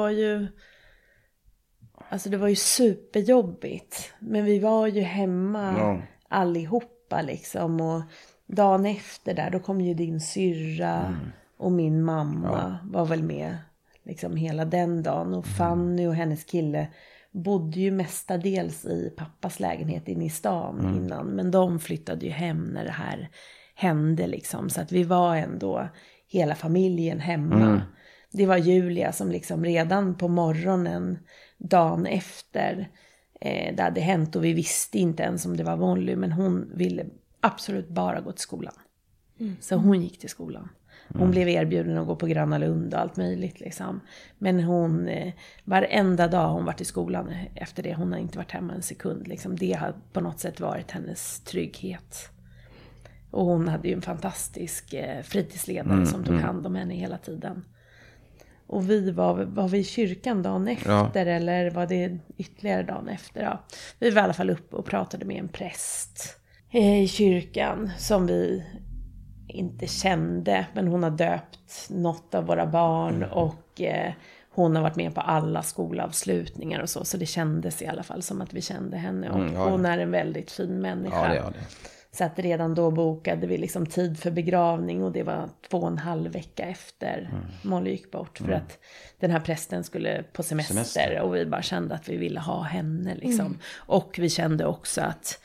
ju superjobbigt. Men vi var ju hemma allihopa liksom, och dagen efter där, då kom ju din syrra och min mamma var väl med liksom hela den dagen. Och Fanny och hennes kille bodde ju mestadels i pappas lägenhet inne i stan innan. Men de flyttade ju hem när det här hände liksom. Så att vi var ändå hela familjen hemma. Det var Julia som liksom redan på morgonen dagen efter det hade hänt. Och vi visste inte ens om det var Molly, men hon ville absolut bara gå till skolan. Så hon gick till skolan. Hon blev erbjuden att gå på Gröna Lund och allt möjligt liksom. Men hon, varenda dag hon varit i skolan efter det, hon har inte varit hemma en sekund liksom. Det har på något sätt varit hennes trygghet. Och hon hade ju en fantastisk fritidsledare som tog hand om henne hela tiden. Och vi var vi i kyrkan dagen efter, eller var det ytterligare dagen efter? Ja. Vi var i alla fall uppe och pratade med en präst i kyrkan som vi inte kände, men hon har döpt något av våra barn och hon har varit med på alla skolavslutningar och så det kändes i alla fall som att vi kände henne, och hon är en väldigt fin människa. Ja. Så att redan då bokade vi liksom tid för begravning, och det var 2,5 vecka efter Molly gick bort, för att den här prästen skulle på semester. Och vi bara kände att vi ville ha henne liksom. Och vi kände också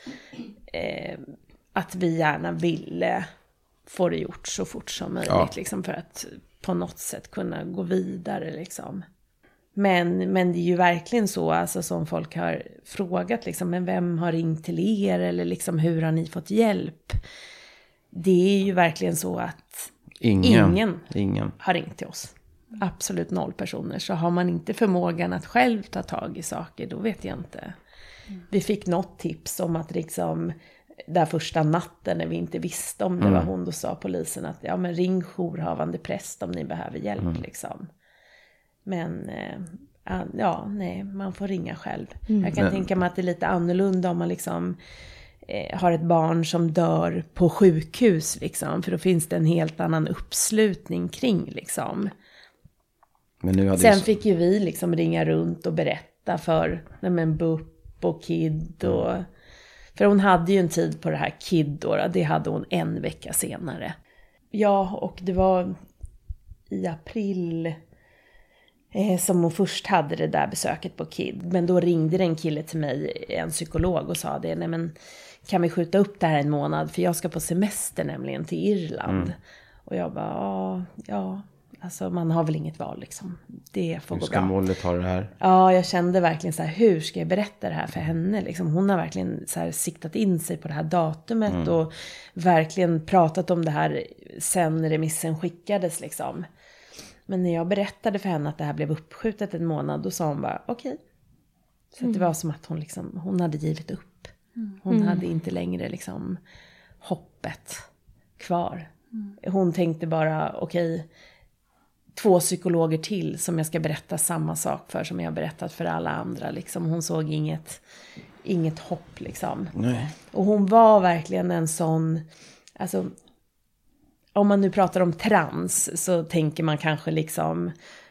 att vi gärna ville få det gjort så fort som möjligt liksom, för att på något sätt kunna gå vidare liksom. Men det är ju verkligen så, alltså, som folk har frågat liksom, men vem har ringt till er, eller liksom, hur har ni fått hjälp? Det är ju verkligen så att ingen har ringt till oss. Absolut 0 personer. Så har man inte förmågan att själv ta tag i saker, då vet jag inte. Vi fick något tips om att liksom, där första natten när vi inte visste om det var hon, då sa polisen att men ring jourhavande präst om ni behöver hjälp liksom. Men nej, man får ringa själv. Jag kan tänka mig att det är lite annorlunda om man liksom har ett barn som dör på sjukhus liksom, för då finns det en helt annan uppslutning kring liksom. Men sen fick ju vi liksom ringa runt och berätta för BUP och KID och för hon hade ju en tid på det här KID då, det hade hon 1 vecka senare. Ja, och det var i april Som hon först hade det där besöket på KID. Men då ringde en kille till mig, en psykolog, och sa det. Nej, men kan vi skjuta upp det här en månad? För jag ska på semester nämligen till Irland. Och jag bara, ja. Alltså man har väl inget val liksom. Det får gå bra. Hur ska Molly ta det här? Ja, jag kände verkligen så här, hur ska jag berätta det här för henne? Liksom, hon har verkligen så här siktat in sig på det här datumet. Och verkligen pratat om det här sen remissen skickades liksom. Men när jag berättade för henne att det här blev uppskjutet en månad, då sa hon bara okej. Så att det var som att hon hade givit upp. Hon hade inte längre liksom hoppet kvar. Hon tänkte bara okej, 2 psykologer till som jag ska berätta samma sak för som jag har berättat för alla andra. Liksom. Hon såg inget hopp liksom. Nej. Och hon var verkligen en sån, alltså om man nu pratar om trans så tänker man kanske liksom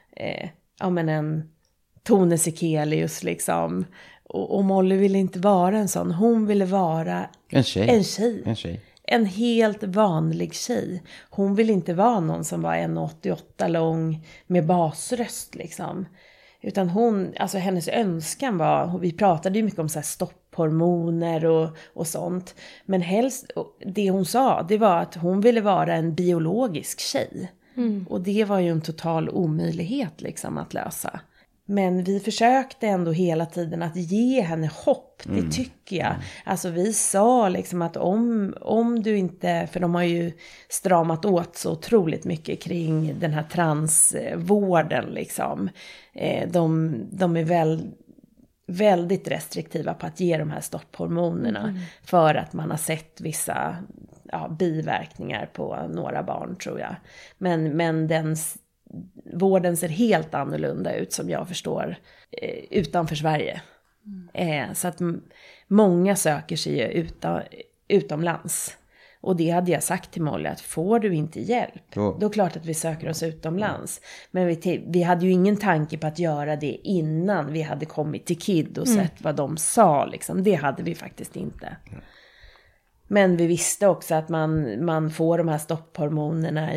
en Tone Sekelius liksom. Och Molly ville inte vara en sån. Hon ville vara en tjej. En helt vanlig tjej. Hon ville inte vara någon som var 1,88 lång med basröst liksom. Utan hennes önskan var, vi pratade ju mycket om så här stopphormoner och sånt. Men helst, det hon sa, det var att hon ville vara en biologisk tjej. Och det var ju en total omöjlighet liksom att lösa. Men vi försökte ändå hela tiden att ge henne hopp, det tycker jag. Alltså vi sa liksom att om du inte, för de har ju stramat åt så otroligt mycket kring den här transvården liksom. De är väldigt restriktiva på att ge de här stopphormonerna. För att man har sett vissa biverkningar på några barn tror jag. Men vården ser helt annorlunda ut som jag förstår utanför Sverige. Så att många söker sig ju utomlands. Och det hade jag sagt till Molly, att får du inte hjälp, då är det klart att vi söker oss utomlands. Men vi hade ju ingen tanke på att göra det innan vi hade kommit till KID och sett vad de sa. Liksom. Det hade vi faktiskt inte. Men vi visste också att man får de här stopphormonerna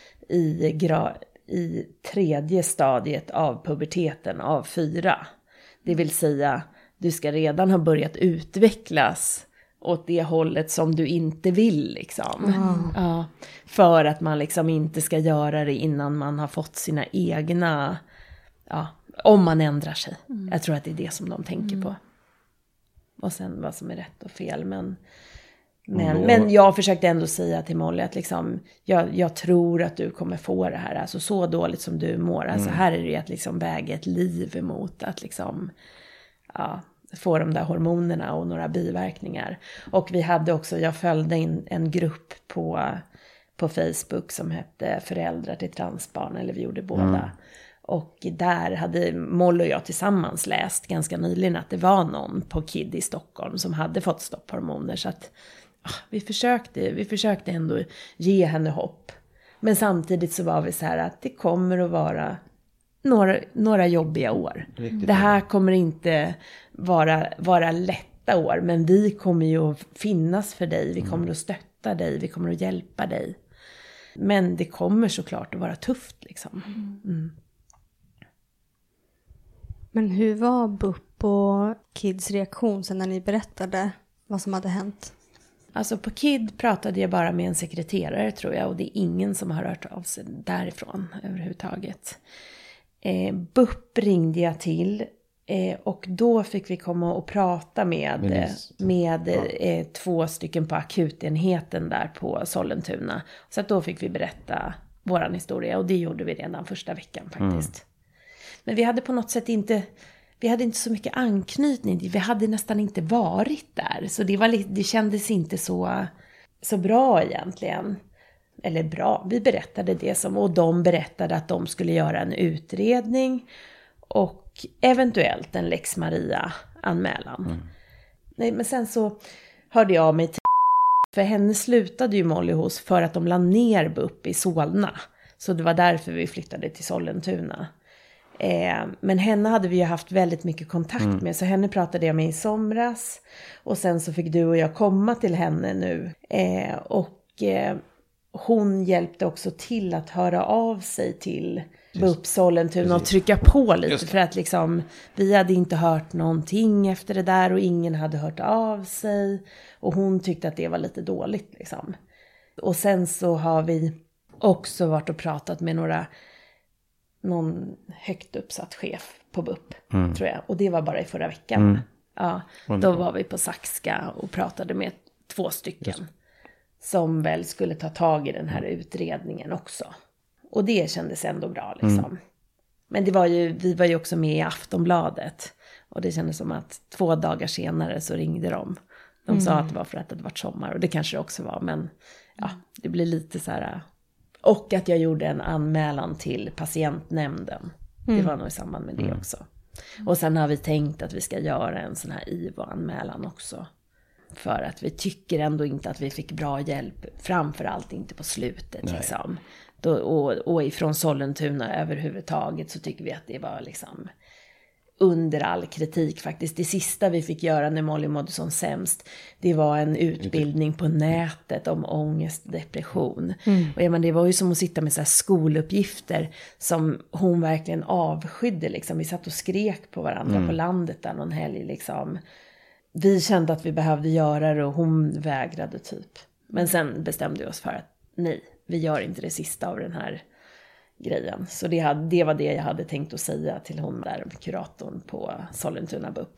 i 3:e stadiet av puberteten av 4. Det vill säga, du ska redan ha börjat utvecklas åt det hållet som du inte vill liksom. Ja, för att man liksom inte ska göra det innan man har fått sina egna, om man ändrar sig. Jag tror att det är det som de tänker på. Och sen vad som är rätt och fel, men jag försökte ändå säga till Molly att liksom, jag tror att du kommer få det här. Alltså så dåligt som du mår. Alltså här är det att liksom väga ett liv emot att liksom, få de där hormonerna och några biverkningar. Och vi hade också, jag följde in en grupp på Facebook som hette Föräldrar till transbarn, eller vi gjorde båda. Och där hade Molly och jag tillsammans läst ganska nyligen att det var någon på KID i Stockholm som hade fått stopphormoner. Så att vi försökte ändå ge henne hopp. Men samtidigt så var vi så här att det kommer att vara några jobbiga år. Riktigt det här kommer inte vara lätta år. Men vi kommer ju att finnas för dig. Vi kommer att stötta dig. Vi kommer att hjälpa dig. Men det kommer såklart att vara tufft liksom. Men hur var BUP och KIDs reaktion sen när ni berättade vad som hade hänt? Alltså på KID pratade jag bara med en sekreterare tror jag. Och det är ingen som har hört av sig därifrån överhuvudtaget. BUP ringde jag till. Och då fick vi komma och prata med 2 stycken på akutenheten där på Sollentuna. Så att då fick vi berätta våran historia. Och det gjorde vi redan första veckan faktiskt. Men vi hade på något sätt inte så mycket anknytning. Vi hade nästan inte varit där. Så det kändes inte så bra egentligen. Eller bra, vi berättade det och de berättade att de skulle göra en utredning. Och eventuellt en Lex Maria-anmälan. Nej, men sen så hörde jag mig till. För henne slutade ju Molly hos för att de la ner BUP i Solna. Så det var därför vi flyttade till Sollentuna. Men henne hade vi ju haft väldigt mycket kontakt med. Så henne pratade jag med i somras. Och sen så fick du och jag komma till henne nu. Och hon hjälpte också till att höra av sig till BUP Sollentuna och trycka på lite. För att liksom, vi hade inte hört någonting efter det där och ingen hade hört av sig. Och hon tyckte att det var lite dåligt liksom. Och sen så har vi också varit och pratat med någon högt uppsatt chef på BUP, tror jag. Och det var bara i förra veckan. Ja, då var vi på Saxka och pratade med 2 stycken. Som väl skulle ta tag i den här utredningen också. Och det kändes ändå bra liksom. Men vi var ju också med i Aftonbladet. Och det kändes som att 2 dagar senare så ringde de. De sa att det var för att det hade varit sommar. Och det kanske det också var. Men ja, det blir lite så här. Och att jag gjorde en anmälan till patientnämnden. Det var nog i samband med det också. Och sen har vi tänkt att vi ska göra en sån här IVO-anmälan också. För att vi tycker ändå inte att vi fick bra hjälp. Framförallt inte på slutet liksom. Och ifrån Sollentuna överhuvudtaget så tycker vi att det var liksom under all kritik faktiskt. Det sista vi fick göra när Molly mådde som sämst, det var en utbildning på nätet om ångest och depression. Och ja, men det var ju som att sitta med så här skoluppgifter som hon verkligen avskydde liksom. Vi satt och skrek på varandra på landet där någon helg liksom. Vi kände att vi behövde göra det och hon vägrade typ. Men sen bestämde vi oss för att nej, vi gör inte det sista av den här grejen. Så det var det jag hade tänkt att säga till hon där, kuratorn på Sollentuna BUP.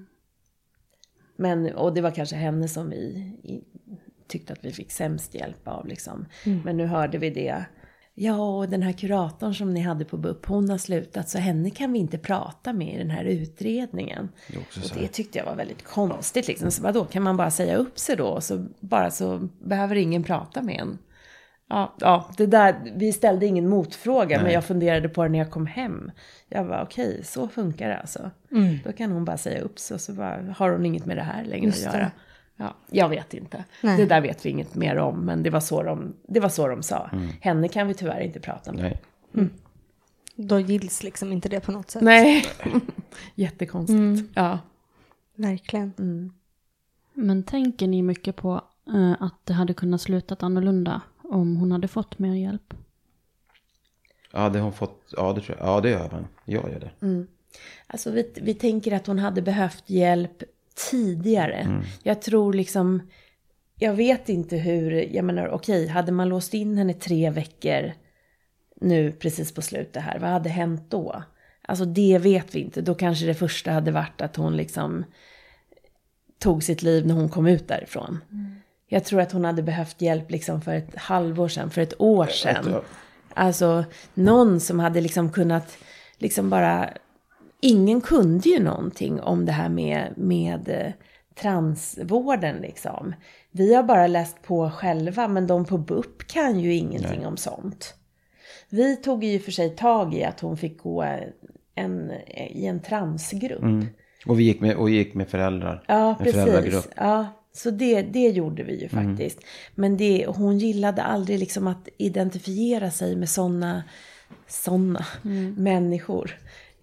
Men, och det var kanske henne som vi tyckte att vi fick sämst hjälp av liksom. Men nu hörde vi det. Ja, och den här kuratorn som ni hade på BUP, hon har slutat, så henne kan vi inte prata med i den här utredningen. Och det tyckte jag var väldigt konstigt liksom. Så vadå, kan man bara säga upp sig då? Så behöver ingen prata med en. Ja, det där, vi ställde ingen motfråga. Men jag funderade på det när jag kom hem. Jag var okej, så funkar det alltså. Då kan hon bara säga upp sig och så bara, har hon inget med det här längre att göra. Ja, jag vet inte. Nej. Det där vet vi inget mer om. Men det var så de sa. Henne kan vi tyvärr inte prata med. Då gills liksom inte det på något sätt. Nej, jättekonstigt. Ja, verkligen. Men tänker ni mycket på att det hade kunnat slutat annorlunda om hon hade fått mer hjälp? Ja, det har hon fått. Ja, det tror jag. Ja, det gör man. Jag gör det. Alltså vi tänker att hon hade behövt hjälp tidigare. Jag tror liksom, jag vet inte hur, jag menar okej, hade man låst in henne 3 veckor nu precis på slutet här, vad hade hänt då? Alltså det vet vi inte. Då kanske det första hade varit att hon liksom tog sitt liv när hon kom ut därifrån. Jag tror att hon hade behövt hjälp liksom för ett halvår sedan, för ett år sedan. Alltså någon som hade liksom kunnat liksom bara, ingen kunde ju någonting om det här med transvården liksom. Vi har bara läst på själva, men de på BUP kan ju ingenting om sånt. Vi tog ju för sig tag i att hon fick gå i en transgrupp. Och vi gick med föräldrar. Ja, en precis. Föräldragrupp. Ja, så det gjorde vi ju faktiskt. Men hon gillade aldrig liksom att identifiera sig med såna människor.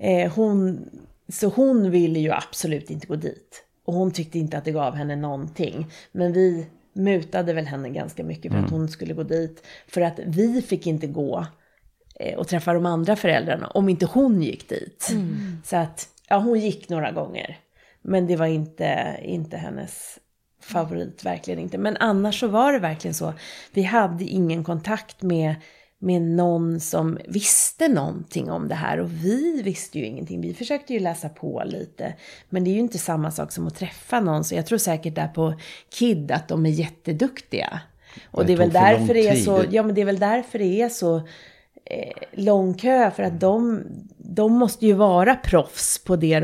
Hon ville ju absolut inte gå dit. Och hon tyckte inte att det gav henne någonting. Men vi mutade väl henne ganska mycket för att hon skulle gå dit. För att vi fick inte gå och träffa de andra föräldrarna om inte hon gick dit. Så att, ja, hon gick några gånger. Men det var inte hennes favorit, verkligen inte. Men annars så var det verkligen så. Vi hade ingen kontakt med någon som visste någonting om det här. Och vi visste ju ingenting. Vi försökte ju läsa på lite. Men det är ju inte samma sak som att träffa någon. Så jag tror säkert där på KID att de är jätteduktiga. Och det är väl därför det är så. Ja, men det är väl därför det är så lång kö. För att de måste ju vara proffs på det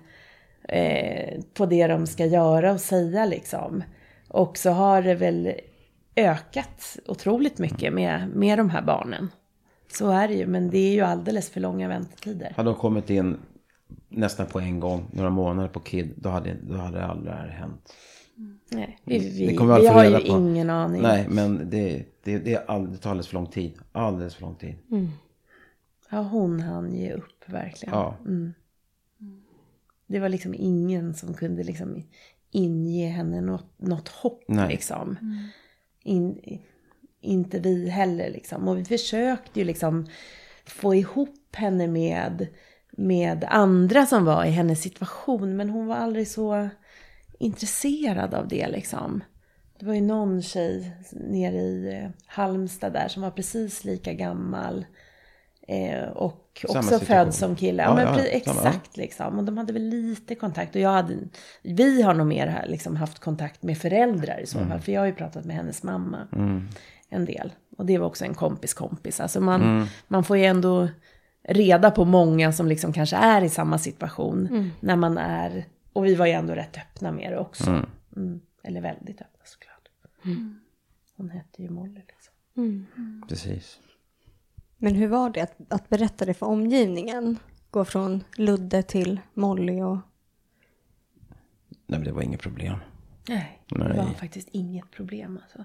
de ska göra och säga liksom. Och så har det väl ökat otroligt mycket med de här barnen. Så är det ju, men det är ju alldeles för långa väntetider. Hade de kommit in nästan på en gång, några månader på KID, då hade det aldrig hänt. Nej, vi har ju ingen aning. Nej, men det tar alldeles för lång tid. Alldeles för lång tid. Ja, hon hann ge upp verkligen. Ja. Det var liksom ingen som kunde liksom inge henne något hopp. Nej. Liksom. Inte vi heller liksom. Och vi försökte ju liksom få ihop henne med andra som var i hennes situation. Men hon var aldrig så intresserad av det liksom. Det var ju någon tjej nere i Halmstad där som var precis lika gammal. Och också född som kille. Exakt liksom. Och de hade väl lite kontakt. Och vi har nog mer liksom haft kontakt med föräldrar i så fall. För jag har ju pratat med hennes mamma en del. Och det var också en kompis. Alltså man får ju ändå reda på många som liksom kanske är i samma situation. När man är, och vi var ju ändå rätt öppna med det också. Eller väldigt öppna såklart. Hon hette ju Molly liksom. Precis. Men hur var det att berätta det för omgivningen? Gå från Ludde till Molly och... Nej, men det var inget problem. Nej, det var faktiskt inget problem. Alltså.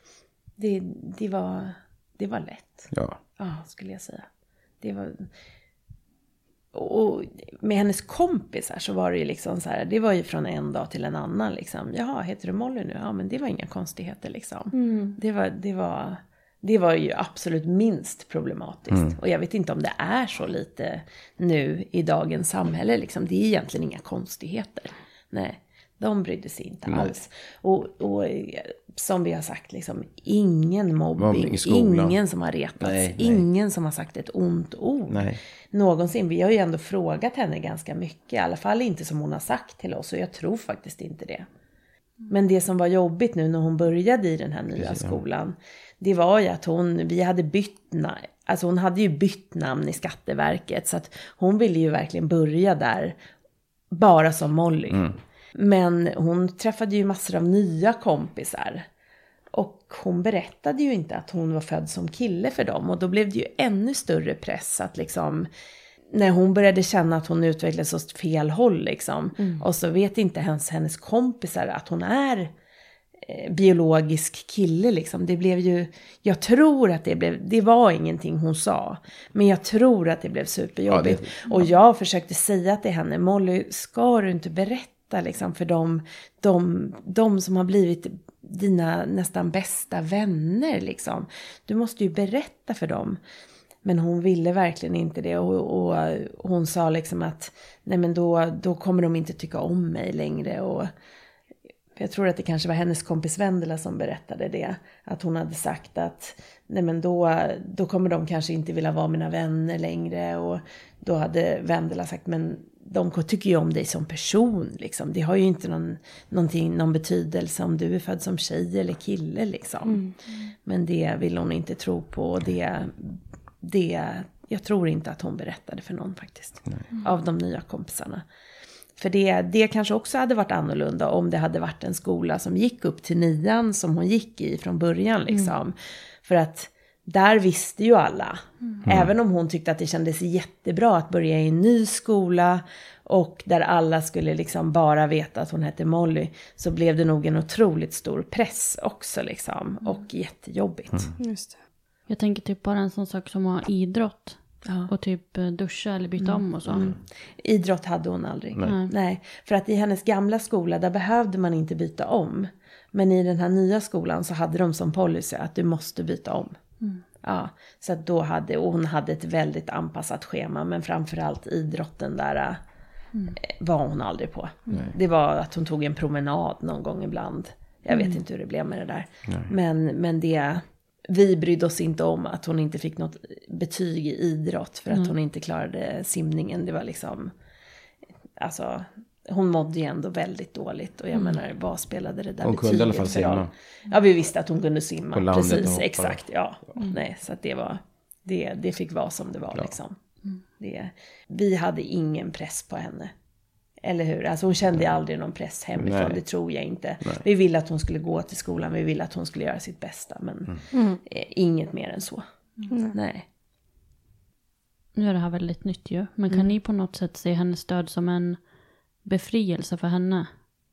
Det var lätt. Ja, skulle jag säga. Det var... Och med hennes kompisar så var det ju liksom så här, det var ju från en dag till en annan liksom. Jaha, heter du Molly nu? Ja, men det var inga konstigheter liksom. Det var ju absolut minst problematiskt. Och jag vet inte om det är så lite nu i dagens samhälle liksom. Det är egentligen inga konstigheter. Nej, de brydde sig inte alls. Och som vi har sagt liksom, ingen mobbing, ingen som har retats, ingen som har sagt ett ont ord. Någonsin. Vi har ju ändå frågat henne ganska mycket, i alla fall inte som hon har sagt till oss, och jag tror faktiskt inte det. Men det som var jobbigt nu när hon började i den här nya skolan, det var ju att vi hade bytt alltså hon hade ju bytt namn i Skatteverket, så att hon ville ju verkligen börja där bara som Molly. Men hon träffade ju massor av nya kompisar. Och hon berättade ju inte att hon var född som kille för dem. Och då blev det ju ännu större press att liksom... När hon började känna att hon utvecklades åt fel håll liksom. Och så vet inte hennes kompisar att hon är biologisk kille liksom. Det blev ju... Jag tror att det var ingenting hon sa. Men jag tror att det blev superjobbigt. Och jag försökte säga till henne, Molly, ska du inte berätta liksom för de som har blivit dina nästan bästa vänner liksom. Du måste ju berätta för dem. Men hon ville verkligen inte det, och hon sa liksom att nej, men då kommer de inte tycka om mig längre. Och jag tror att det kanske var hennes kompis Vendela som berättade det, att hon hade sagt att nej, men då kommer de kanske inte vilja vara mina vänner längre. Och då hade Vendela sagt, men de tycker ju om dig som person liksom. Det har ju inte någon betydelse om du är född som tjej eller kille liksom. Men det vill hon inte tro på, och jag tror inte att hon berättade för någon faktiskt. Av de nya kompisarna. För det kanske också hade varit annorlunda om det hade varit en skola som gick upp till 9:an som hon gick i från början liksom. För att där visste ju alla. Även om hon tyckte att det kändes jättebra att börja i en ny skola och där alla skulle liksom bara veta att hon hette Molly, så blev det nog en otroligt stor press också liksom. Och jättejobbigt. Just det. Jag tänker typ bara en sån sak som att ha idrott. Och typ duscha eller byta om och så. Idrott hade hon aldrig. Nej. För att i hennes gamla skola, där behövde man inte byta om. Men i den här nya skolan så hade de som policy att du måste byta om. Ja, så att hon hade ett väldigt anpassat schema. Men framförallt idrotten där var hon aldrig på. Det var att hon tog en promenad någon gång ibland. Jag vet inte hur det blev med det där. Men vi brydde oss inte om att hon inte fick något betyg i idrott för att hon inte klarade simningen. Det var liksom, alltså, hon mådde ju ändå väldigt dåligt. Och jag menar, vad spelade det där hon betyget kunde i alla fall simma. Ja, vi visste att hon kunde simma. På landet. Precis, exakt, ja. Nej, så att det fick vara som det var liksom. Vi hade ingen press på henne. Eller hur? Alltså hon kände aldrig någon press hemifrån, det tror jag inte. Vi ville att hon skulle gå till skolan, vi ville att hon skulle göra sitt bästa. Men inget mer än så. Nej. Nu är det här väldigt nytt ju. Men kan ni på något sätt se hennes stöd som en befrielse för henne?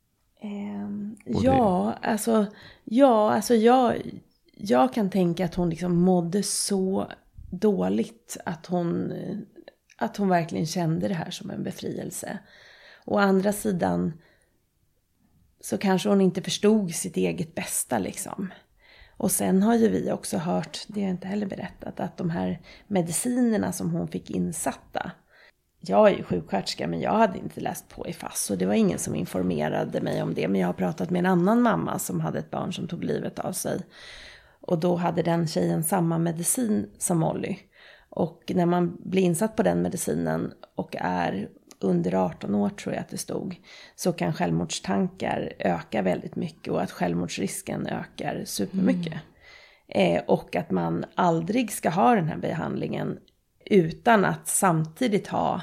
Jag kan tänka att hon liksom mådde så dåligt att hon verkligen kände det här som en befrielse. Å andra sidan så kanske hon inte förstod sitt eget bästa liksom. Och sen har ju vi också hört, det har jag inte heller berättat, att de här medicinerna som hon fick insatta. Jag är ju sjuksköterska, men jag hade inte läst på i FASS, så det var ingen som informerade mig om det. Men jag har pratat med en annan mamma som hade ett barn som tog livet av sig. Och då hade den tjejen samma medicin som Molly. Och när man blir insatt på den medicinen och är under 18 år, tror jag att det stod, så kan självmordstankar öka väldigt mycket och att självmordsrisken ökar supermycket. Och att man aldrig ska ha den här behandlingen utan att samtidigt ha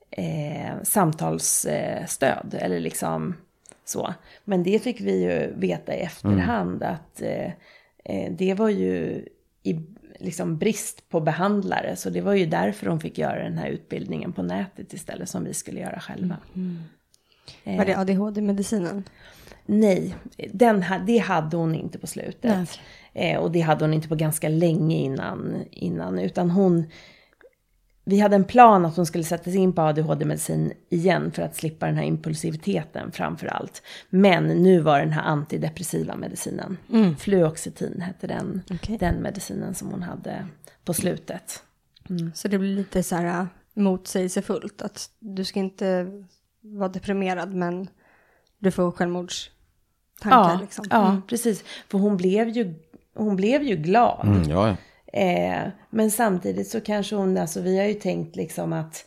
samtalsstöd eller liksom så. Men det fick vi ju veta i efterhand att det var ju i liksom brist på behandlare, så det var ju därför de fick göra den här utbildningen på nätet istället, som vi skulle göra själva. Var det ADHD-medicinen? Nej, det hade hon inte på slutet. Och det hade hon inte på ganska länge innan utan vi hade en plan att hon skulle sättas in på ADHD-medicin igen för att slippa den här impulsiviteten framför allt. Men nu var den här antidepressiva medicinen. Fluoxetin hette den medicinen som hon hade på slutet. Så det blir lite så här motsägelsefullt, att du ska inte vara deprimerad, men du får självmordstankar. Ja, precis. För hon blev ju glad. Ja. Men samtidigt så kanske hon, alltså vi har ju tänkt liksom att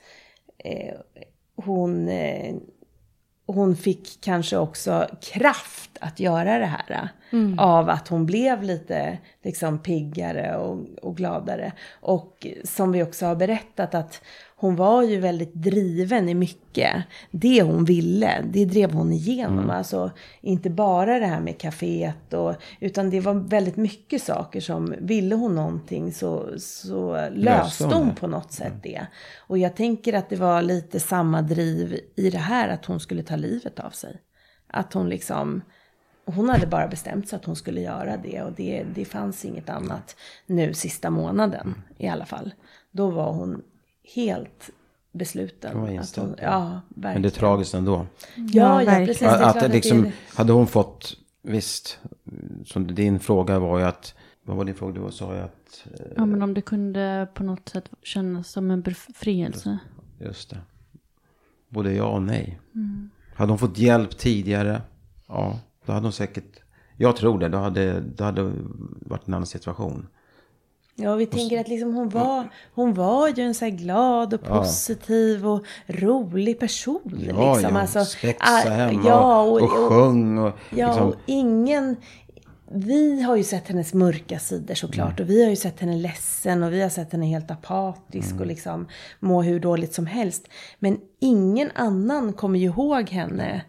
hon fick kanske också kraft att göra det här. Av att hon blev lite liksom piggare och gladare. Och som vi också har berättat, att hon var ju väldigt driven i mycket. Det hon ville, det drev hon igenom. Alltså inte bara det här med kaféet. Utan det var väldigt mycket saker som, ville hon någonting så löste hon på något sätt det. Och jag tänker att det var lite samma driv i det här, att hon skulle ta livet av sig. Att hon liksom... Hon hade bara bestämt sig att hon skulle göra det. Och det fanns inget annat nu sista månaden i alla fall. Då var hon helt besluten. Verkligen. Men det är tragiskt ändå. Ja, precis. Att liksom, hade hon fått, visst, som din fråga var ju att, vad var din fråga då? Sa jag att... Ja, men om det kunde på något sätt kännas som en befrielse. Just det. Både ja och nej. Hade hon fått hjälp tidigare, ja, då hade hon säkert, jag tror det, då hade varit en annan situation. Ja, vi tänker att liksom hon var ju en så här glad och positiv och rolig person. Ja, liksom. ja, alltså, spexa hemma och sjöng. Och, liksom. Och ingen... Vi har ju sett hennes mörka sidor såklart. Och vi har ju sett henne ledsen och vi har sett henne helt apatisk och liksom må hur dåligt som helst. Men ingen annan kommer ju ihåg henne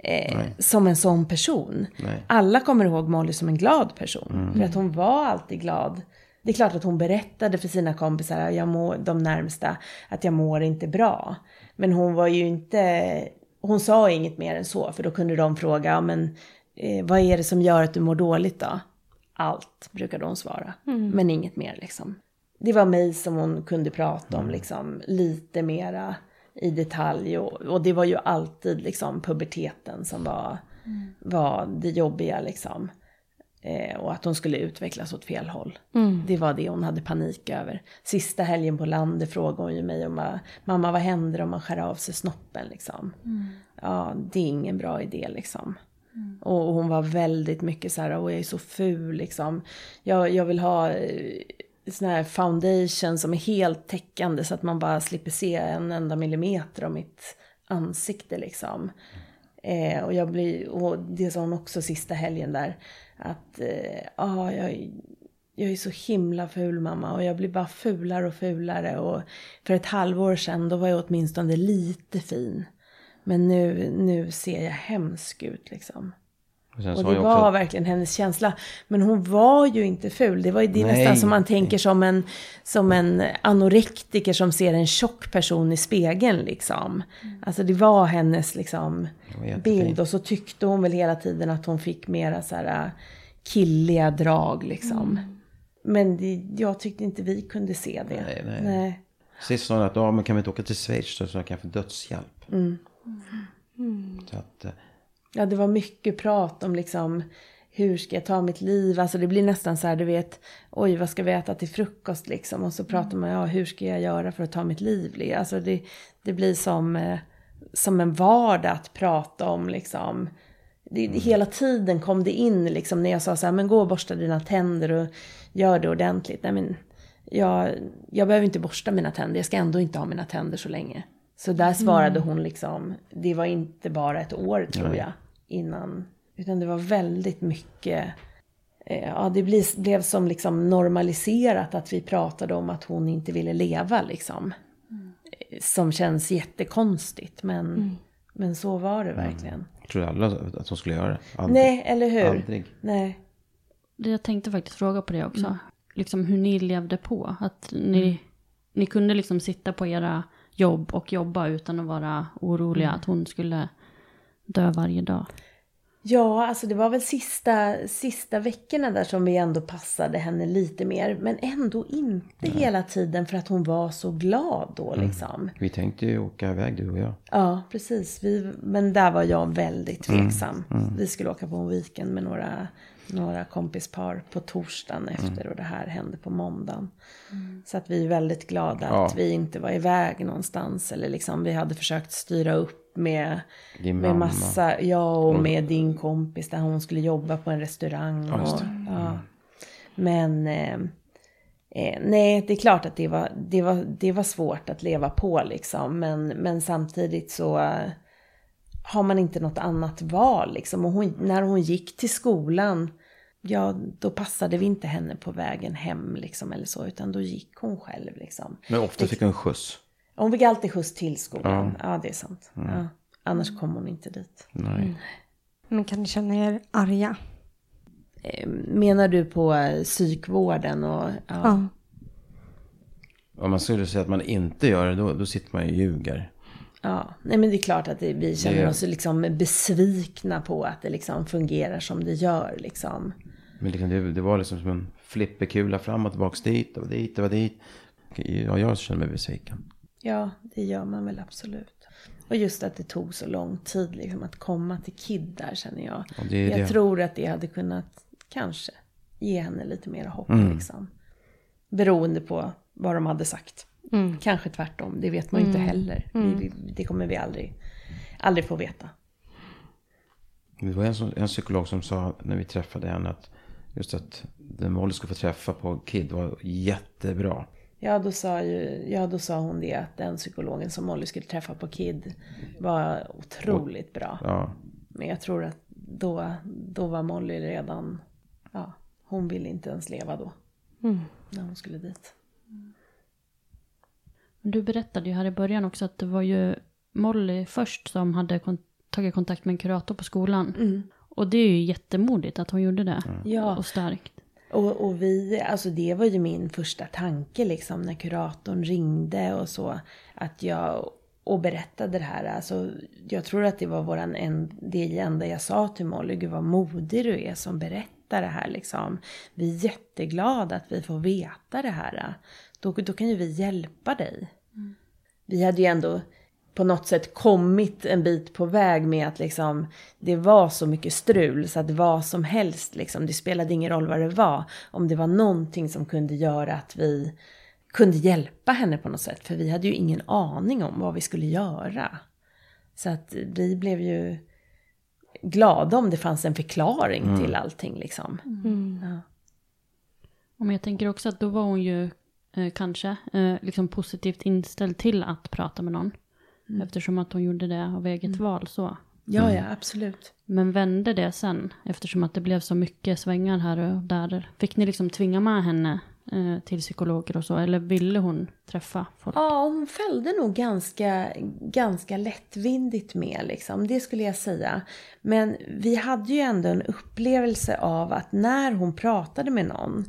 som en sån person. Nej. Alla kommer ihåg Molly som en glad person. För att hon var alltid glad. Det är klart att hon berättade för sina kompisar, de närmsta, att jag mår inte bra. Men hon var ju inte... Hon sa inget mer än så. För då kunde de fråga, men vad är det som gör att du mår dåligt då? Allt, brukade hon svara. Men inget mer liksom. Det var mig som hon kunde prata om liksom, lite mera i detalj. Och det var ju alltid liksom, puberteten som var det jobbiga liksom. Och att hon skulle utvecklas åt fel håll. Det var det hon hade panik över. Sista helgen på landet frågade hon ju mig om mamma, vad händer om man skär av sig snoppen liksom. Ja, det är ingen bra idé liksom. Och hon var väldigt mycket så här, och jag är så ful liksom. Jag vill ha sån här foundation som är helt täckande så att man bara slipper se en enda millimeter av mitt ansikte liksom. Och det sa hon också sista helgen där, att jag är så himla ful mamma, och jag blir bara fulare och fulare. Och för ett halvår sedan då var jag åtminstone lite fin, men nu ser jag hemsk ut liksom. Och det var verkligen hennes känsla. Men hon var ju inte ful. Det är nästan som man tänker som en anorektiker som ser en tjock person i spegeln liksom. Alltså det var hennes liksom bild. Och så tyckte hon väl hela tiden att hon fick mera så här killiga drag liksom. Men jag tyckte inte vi kunde se det. Nej. Sist sa hon att men kan vi inte åka till Schweiz så jag kan få dödshjälp. Så att... Ja, det var mycket prat om liksom hur ska jag ta mitt liv? Alltså det blir nästan så här, du vet, oj vad ska vi äta till frukost liksom? Och så pratar man, hur ska jag göra för att ta mitt liv? Alltså det blir som en vardag att prata om liksom. Hela tiden kom det in liksom, när jag sa så här, men gå och borsta dina tänder och gör det ordentligt. Nej men jag behöver inte borsta mina tänder, jag ska ändå inte ha mina tänder så länge. Så där svarade hon liksom, det var inte bara ett år tror jag innan, utan det var väldigt mycket, det blev som liksom normaliserat att vi pratade om att hon inte ville leva liksom. Som känns jättekonstigt, men så var det verkligen. Jag tror alla att hon skulle göra det. Aldrig. Nej, eller hur? Aldrig. Nej. Jag tänkte faktiskt fråga på det också. Liksom hur ni levde på. Att ni kunde liksom sitta på era jobb och jobba utan att vara oroliga att hon skulle dö varje dag. Ja, alltså det var väl sista veckorna där som vi ändå passade henne lite mer. Men ändå inte hela tiden, för att hon var så glad då liksom. Vi tänkte ju åka iväg, du och jag. Ja, precis. Men där var jag väldigt tveksam. Vi skulle åka på en weekend med några kompispar på torsdagen efter, och det här hände på måndagen. Så att vi är väldigt glada att vi inte var iväg någonstans, eller liksom vi hade försökt styra upp med massa, och med din kompis där hon skulle jobba på en restaurang men nej, det är klart att det var svårt att leva på liksom, men samtidigt så har man inte något annat val liksom. Och när hon gick till skolan, då passade vi inte henne på vägen hem liksom, eller så, utan då gick hon själv liksom. Men ofta fick hon skjuts. Hon fick alltid skjuts till skolan. Ja, det är sant. Ja. Annars kom hon inte dit. Nej. Men kan ni känna er arga? Menar du på psykvården? Ja. Om man skulle säga att man inte gör det, då sitter man ju och ljuger. Ja, nej men det är klart att vi känner oss liksom besvikna på att det liksom fungerar som det gör liksom. Men liksom, det var liksom som en flipperkula fram och tillbaka dit och dit och dit. Ja, jag känner mig besviken. Ja, det gör man väl absolut. Och just att det tog så lång tid liksom, att komma till KID där, känner jag. Jag tror att det hade kunnat kanske ge henne lite mer hopp liksom. Beroende på vad de hade sagt. Kanske tvärtom, det vet man ju inte heller. Det kommer vi aldrig få veta. Det var en psykolog som sa när vi träffade henne att just att den Molly skulle få träffa på KID var jättebra. Ja, då sa hon det, att den psykologen som Molly skulle träffa på KID var otroligt bra. Ja. Men jag tror att då var Molly redan, hon ville inte ens leva då. När hon skulle dit. Du berättade ju här i början också att det var ju Molly först som hade tagit kontakt med en kurator på skolan. Och det är ju jättemodigt att hon gjorde det. Ja. Och starkt. Och vi, alltså det var ju min första tanke liksom, när kuratorn ringde och så, att jag berättade det här. Alltså jag tror att det var det enda jag sa till Molly: gud vad modig du är som berättar det här liksom. Vi är jätteglada att vi får veta det här. Då kan ju vi hjälpa dig. Vi hade ju ändå på något sätt kommit en bit på väg med att liksom, det var så mycket strul så att vad som helst liksom, det spelade ingen roll vad det var, om det var någonting som kunde göra att vi kunde hjälpa henne på något sätt, för vi hade ju ingen aning om vad vi skulle göra. Så att vi blev ju glada om det fanns en förklaring till allting liksom. Ja. Men jag tänker också att då var hon ju kanske liksom positivt inställd till att prata med någon. Eftersom att hon gjorde det av eget val så. Ja, absolut. Men vände det sen, eftersom att det blev så mycket svängar här och där. Fick ni liksom tvinga med henne till psykologer och så? Eller ville hon träffa folk? Ja, hon följde nog ganska lättvindigt med liksom. Det skulle jag säga. Men vi hade ju ändå en upplevelse av att när hon pratade med någon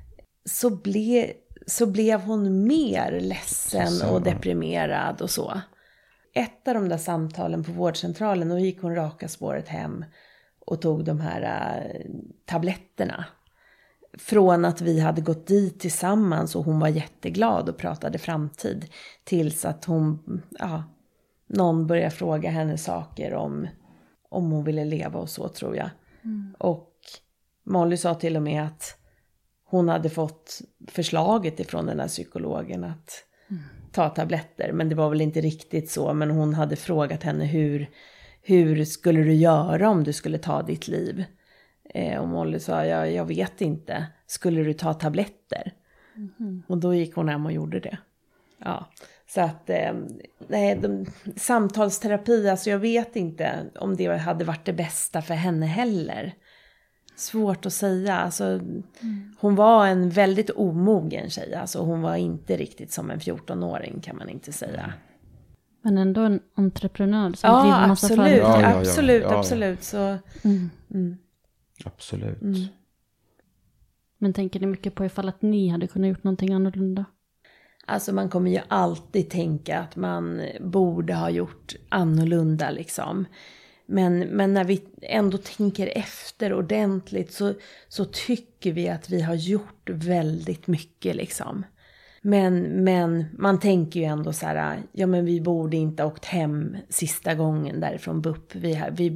så blev hon mer ledsen och deprimerad och så. Ett av de där samtalen på vårdcentralen, då gick hon raka spåret hem och tog de här tabletterna. Från att vi hade gått dit tillsammans och hon var jätteglad och pratade framtid, tills att någon började fråga henne saker om hon ville leva och så, tror jag. Och Molly sa till och med att hon hade fått förslaget ifrån den här psykologen att ta tabletter. Men det var väl inte riktigt så. Men hon hade frågat henne hur skulle du göra om du skulle ta ditt liv? Och Molly sa, jag vet inte. Skulle du ta tabletter? Och då gick hon hem och gjorde det. Ja, så att samtalsterapi, alltså jag vet inte om det hade varit det bästa för henne heller. Svårt att säga. Alltså, hon var en väldigt omogen tjej. Alltså, hon var inte riktigt som en 14-åring kan man inte säga. Men ändå en entreprenör som driver massa absolut, företag. absolut. Så, Absolut. Men tänker ni mycket på ifall att ni hade kunnat gjort någonting annorlunda? Alltså man kommer ju alltid tänka att man borde ha gjort annorlunda liksom. Men när vi ändå tänker efter ordentligt så tycker vi att vi har gjort väldigt mycket liksom. Men man tänker ju ändå så här, ja men vi borde inte ha åkt hem sista gången därifrån BUP. Vi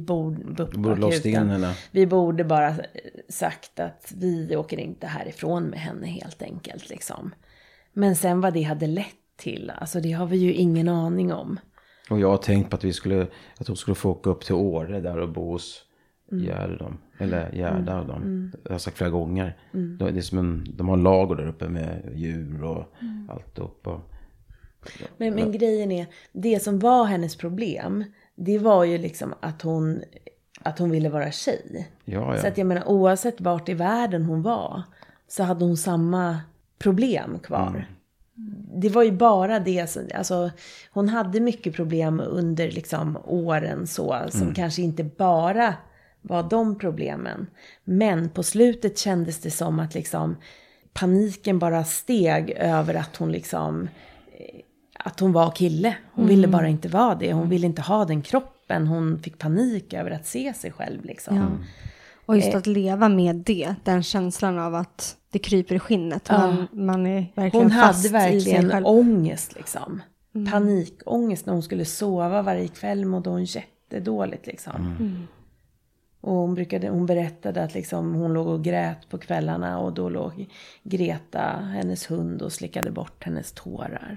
borde bara sagt att vi åker inte härifrån med henne helt enkelt liksom. Men sen vad det hade lett till, alltså det har vi ju ingen aning om. Och jag har tänkt på att att hon skulle få åka upp till Åre där och bo hos Gerda och dem. Jag har sagt flera gånger. Det är som de har en lager där uppe med djur och allt upp. Men grejen är, det som var hennes problem, det var ju liksom att hon ville vara tjej. Ja. Så att jag menar, oavsett vart i världen hon var så hade hon samma problem kvar. Det var ju bara det, alltså hon hade mycket problem under liksom åren som kanske inte bara var de problemen. Men på slutet kändes det som att liksom paniken bara steg över att hon liksom att hon var kille. Hon ville bara inte vara det. Hon ville inte ha den kroppen. Hon fick panik över att se sig själv liksom. Ja. Och just att leva med det, den känslan av att det kryper i skinnet. Man är verkligen hon fast hade verkligen i sig själv. ångest liksom. Panikångest när hon skulle sova varje kväll, mådde hon jättedåligt liksom. Och hon berättade att liksom hon låg och grät på kvällarna och då låg Greta, hennes hund, och slickade bort hennes tårar.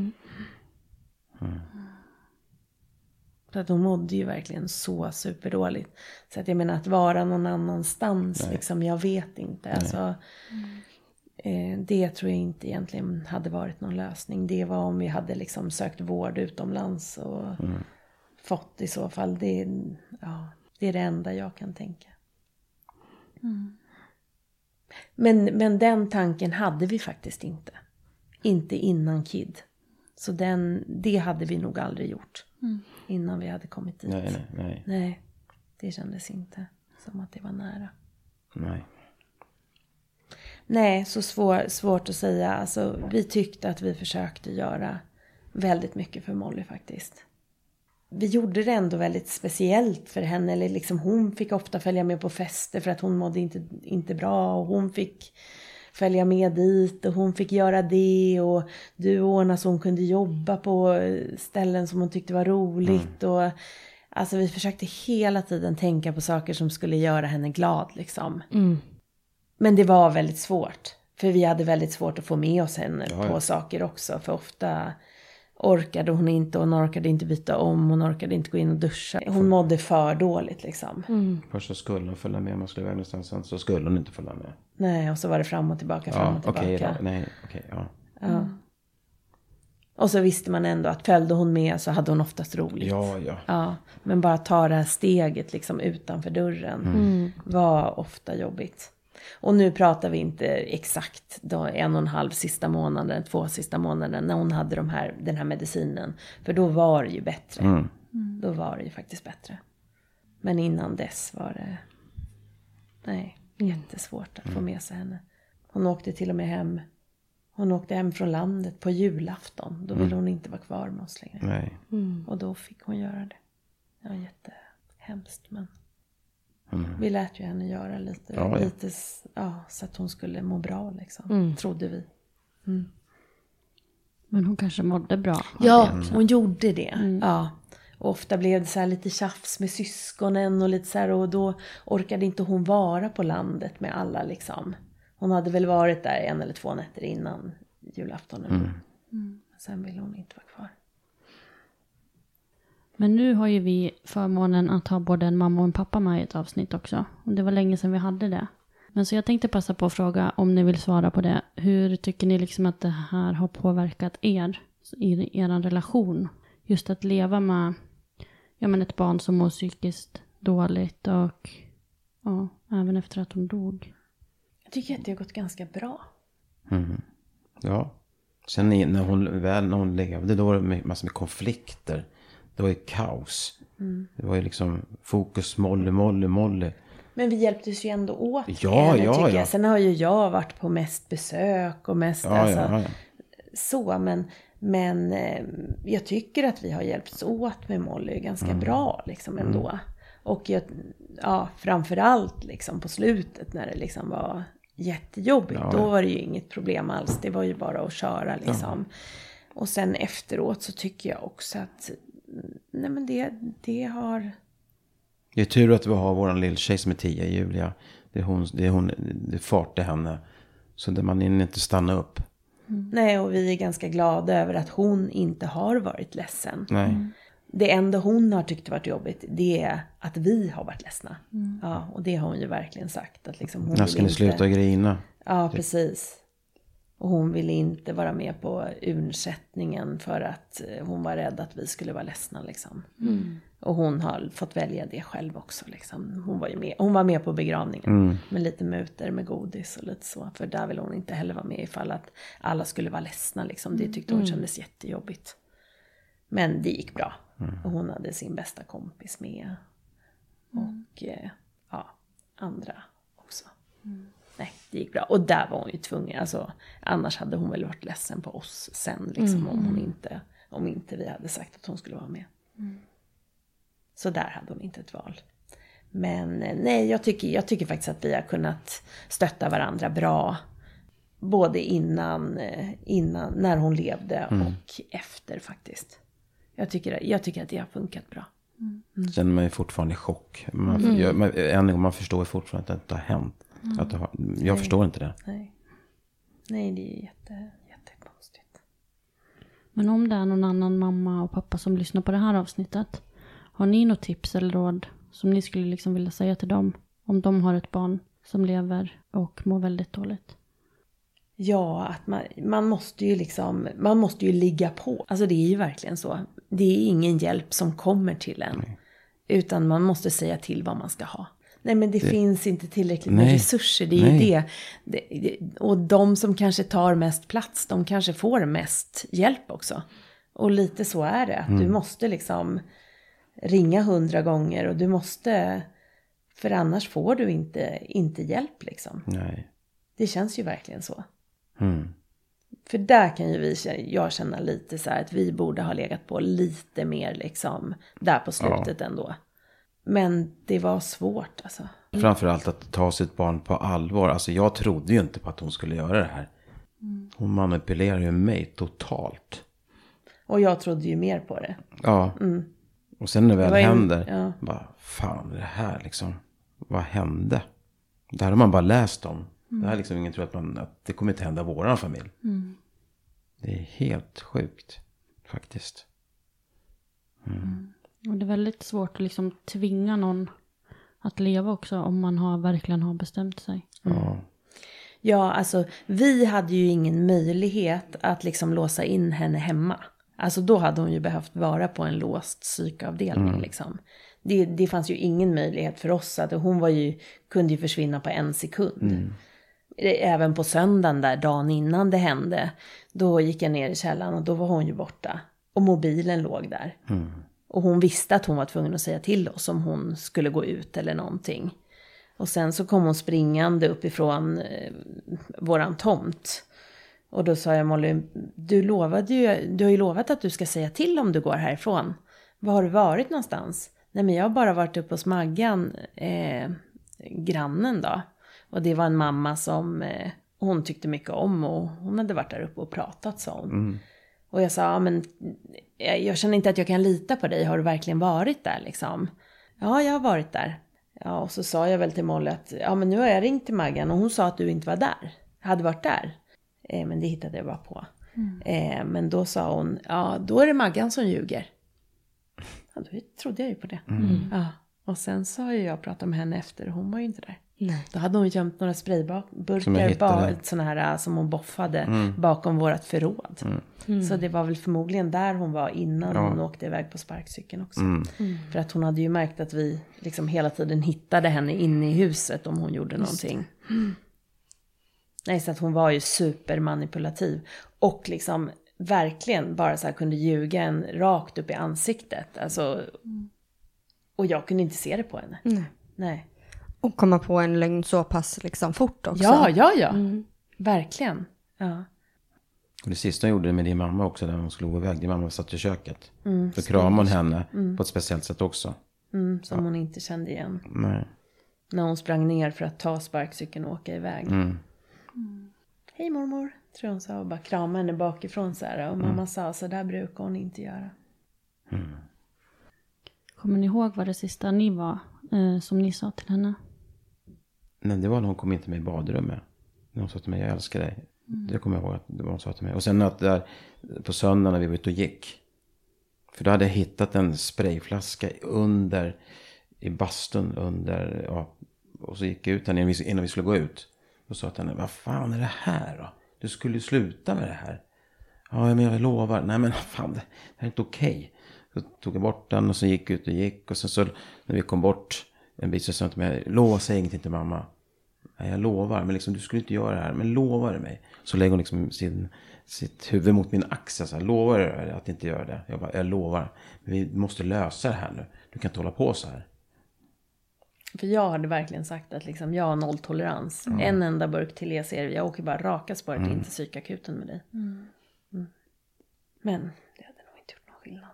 Så att hon mådde ju verkligen så superdåligt. Så att jag menar att vara någon annanstans liksom, jag vet inte. Alltså, det tror jag inte egentligen hade varit någon lösning. Det var om vi hade liksom sökt vård utomlands och fått i så fall. Det är det enda jag kan tänka. Men den tanken hade vi faktiskt inte. Inte innan KID. Så det hade vi nog aldrig gjort. Innan vi hade kommit dit. Nej, det kändes inte som att det var nära. Nej, så svårt att säga. Alltså, vi tyckte att vi försökte göra väldigt mycket för Molly faktiskt. Vi gjorde det ändå väldigt speciellt för henne. Eller liksom, hon fick ofta följa med på fester för att hon mådde inte bra. Och hon fick följa med dit och hon fick göra det. Och du ordnade så hon kunde jobba på ställen som hon tyckte var roligt. Och, alltså vi försökte hela tiden tänka på saker som skulle göra henne glad liksom. Men det var väldigt svårt. För vi hade väldigt svårt att få med oss henne på saker också. För ofta orkade hon inte. Hon orkade inte byta om. Hon orkade inte gå in och duscha. Hon mådde för dåligt liksom. Först så skulle hon följa med. Om man skulle iväg någonstans. Sen så skulle hon inte följa med. Nej, och så var det fram och tillbaka. Ja. Och så visste man ändå att följde hon med så hade hon oftast roligt. Ja. Men bara ta det här steget liksom utanför dörren var ofta jobbigt. Och nu pratar vi inte exakt då 1,5 sista månaden, 2 sista månaden när hon hade den här medicinen. För då var det ju bättre. Då var det ju faktiskt bättre. Men innan dess var det jättesvårt att få med sig henne. Hon åkte till och med hem. Hon åkte hem från landet på julafton. Då ville hon inte vara kvar med oss längre. Och då fick hon göra det. Det var jättehemskt, men vi lät ju henne göra lite så att hon skulle må bra liksom, trodde vi. Men hon kanske mådde bra. Ja, hon gjorde det. Ja. Och ofta blev det så här lite tjafs med syskonen och lite så här, och då orkade inte hon vara på landet med alla liksom. Hon hade väl varit där 1 eller 2 nätter innan julafton. Sen ville hon inte vara kvar. Men nu har ju vi förmånen att ha både en mamma och en pappa med i ett avsnitt också. Och det var länge sedan vi hade det. Men så jag tänkte passa på att fråga om ni vill svara på det. Hur tycker ni liksom att det här har påverkat er i er relation? Just att leva med ett barn som mår psykiskt dåligt och även efter att hon dog. Jag tycker att det har gått ganska bra. Ja. Sen när hon levde, då var det massor med konflikter. Det var ju kaos. Det var ju liksom fokus, Molly. Men vi hjälptes ju ändå åt. Ja. Sen har ju jag varit på mest besök och mest så. Men jag tycker att vi har hjälpts åt med Molly ganska bra liksom ändå. Och framförallt liksom på slutet när det liksom var jättejobbigt. Då var det ju inget problem alls. Det var ju bara att köra liksom. Och sen efteråt så tycker jag också att det har... Det är tur att vi har våran lilltjej som är 10, Julia. Det är fart i henne. Så där man inte stanna upp. Nej, och vi är ganska glada över att hon inte har varit ledsen. Nej. Det enda hon har tyckt varit jobbigt, det är att vi har varit ledsna. Ja, och det har hon ju verkligen sagt. Att liksom hon jag skulle sluta grina. Ja, precis. Och hon ville inte vara med på urnsättningen för att hon var rädd att vi skulle vara ledsna liksom. Och hon har fått välja det själv också liksom. Hon var med på begravningen med lite muter med godis och lite så. För där vill hon inte heller vara med ifall att alla skulle vara ledsna liksom. Det tyckte hon kändes jättejobbigt. Men det gick bra. Och hon hade sin bästa kompis med. Och andra också. Nej, det gick bra. Och där var hon ju tvungen. Alltså, annars hade hon väl varit ledsen på oss sen. Liksom, om inte vi hade sagt att hon skulle vara med. Så där hade hon inte ett val. Men nej, jag tycker faktiskt att vi har kunnat stötta varandra bra. Både innan när hon levde och efter faktiskt. Jag tycker att det har funkat bra. Sen är man ju fortfarande i chock. Man förstår fortfarande att det inte har hänt. Jag förstår inte det. Nej, det är ju jättekonstigt. Men om det är någon annan mamma och pappa som lyssnar på det här avsnittet, har ni något tips eller råd som ni skulle liksom vilja säga till dem om de har ett barn som lever och mår väldigt dåligt? Ja, att man måste ju ligga på. Alltså det är ju verkligen så. Det är ingen hjälp som kommer till en. Nej. Utan man måste säga till vad man ska ha. Nej, men det finns inte tillräckligt med resurser. Det är ju det. Och de som kanske tar mest plats, de kanske får mest hjälp också. Och lite så är det. Att du måste liksom ringa 100 gånger. Och du måste... För annars får du inte hjälp liksom. Nej. Det känns ju verkligen så. För där kan ju jag känna lite så här att vi borde ha legat på lite mer liksom där på slutet ändå. Men det var svårt alltså. Framförallt att ta sitt barn på allvar. Alltså jag trodde ju inte på att hon skulle göra det här. Hon manipulerar ju mig totalt. Och jag trodde ju mer på det. Ja. Och sen när det väl händer. Bara, fan det här liksom. Vad hände? Det här har man bara läst om. Det här är liksom ingen tror att det kommer inte hända våran familj. Det är helt sjukt faktiskt. Och det är väldigt svårt att liksom tvinga någon att leva också om man verkligen har bestämt sig. Ja, alltså vi hade ju ingen möjlighet att liksom låsa in henne hemma. Alltså då hade hon ju behövt vara på en låst psykavdelning liksom. Det fanns ju ingen möjlighet för oss att hon kunde ju försvinna på 1 sekund. Även på söndagen där dagen innan det hände, då gick jag ner i källaren och då var hon ju borta. Och mobilen låg där. Och hon visste att hon var tvungen att säga till oss om hon skulle gå ut eller någonting. Och sen så kom hon springande uppifrån våran tomt. Och då sa jag, Molly, du har ju lovat att du ska säga till om du går härifrån. Var har du varit någonstans? Nej, men jag har bara varit uppe hos Maggan, grannen då. Och det var en mamma som hon tyckte mycket om och hon hade varit där uppe och pratat, sa hon. Och jag sa, men jag känner inte att jag kan lita på dig. Har du verkligen varit där liksom? Ja, jag har varit där. Ja, och så sa jag väl till Molly att men nu har jag ringt till Maggan och hon sa att du inte var där. Hade varit där. Men det hittade jag bara på. Men då sa hon, då är det Maggan som ljuger. Ja, då trodde jag ju på det. Ja. Och sen så har jag pratat med henne efter och hon var ju inte där. Nej. Då hade hon gömt några sprayburkar såna här som hon boffade bakom vårat förråd. Så det var väl förmodligen där hon var innan hon åkte iväg på sparkcykeln också. För att hon hade ju märkt att vi liksom hela tiden hittade henne inne i huset om hon gjorde någonting. Nej, så att hon var ju supermanipulativ. Och liksom verkligen bara så här kunde ljuga en rakt upp i ansiktet. Alltså, och jag kunde inte se det på henne. Nej. Och komma på en lögn så pass liksom fort också. Ja. Verkligen. Ja. Och det sista hon gjorde med din mamma också, när hon skulle gå iväg. Din mamma satt i köket. Då kramade hon henne på ett speciellt sätt också. Som hon inte kände igen. Nej. När hon sprang ner för att ta sparkcykeln och åka iväg. Hej mormor, tror hon sa. Och bara kramade henne bakifrån så här. Och mamma sa, så där brukar hon inte göra. Kommer ni ihåg vad det sista ni var som ni sa till henne? Nej, det var när hon kom in till mig i badrummet. När hon sa till mig, jag älskar dig. Det kommer jag ihåg att det var hon sa till mig. Och sen att där på söndagen när vi var ute och gick. För då hade jag hittat en sprayflaska i bastun under. Ja, och så gick jag ut innan vi skulle gå ut. Och sa till henne, vad fan är det här då? Du skulle ju sluta med det här. Ja, men jag lovar. Nej, men fan, det här är inte okej. Så tog jag bort den och så gick ut och gick. Och sen så när vi kom bort en bit så sa jag till mig, lova, säg ingenting till mamma. Nej, jag lovar, men liksom, du skulle inte göra det här. Men lovar du mig? Så lägger hon liksom sitt huvud mot min axel. Så här, lovar du att inte göra det? Jag bara, jag lovar. Men vi måste lösa det här nu. Du kan inte hålla på så här. För jag hade verkligen sagt att liksom, jag har nolltolerans. En enda burk till jag ser. Jag åker bara raka spåret in till psykakuten med dig. Men det hade nog inte gjort någon skillnad.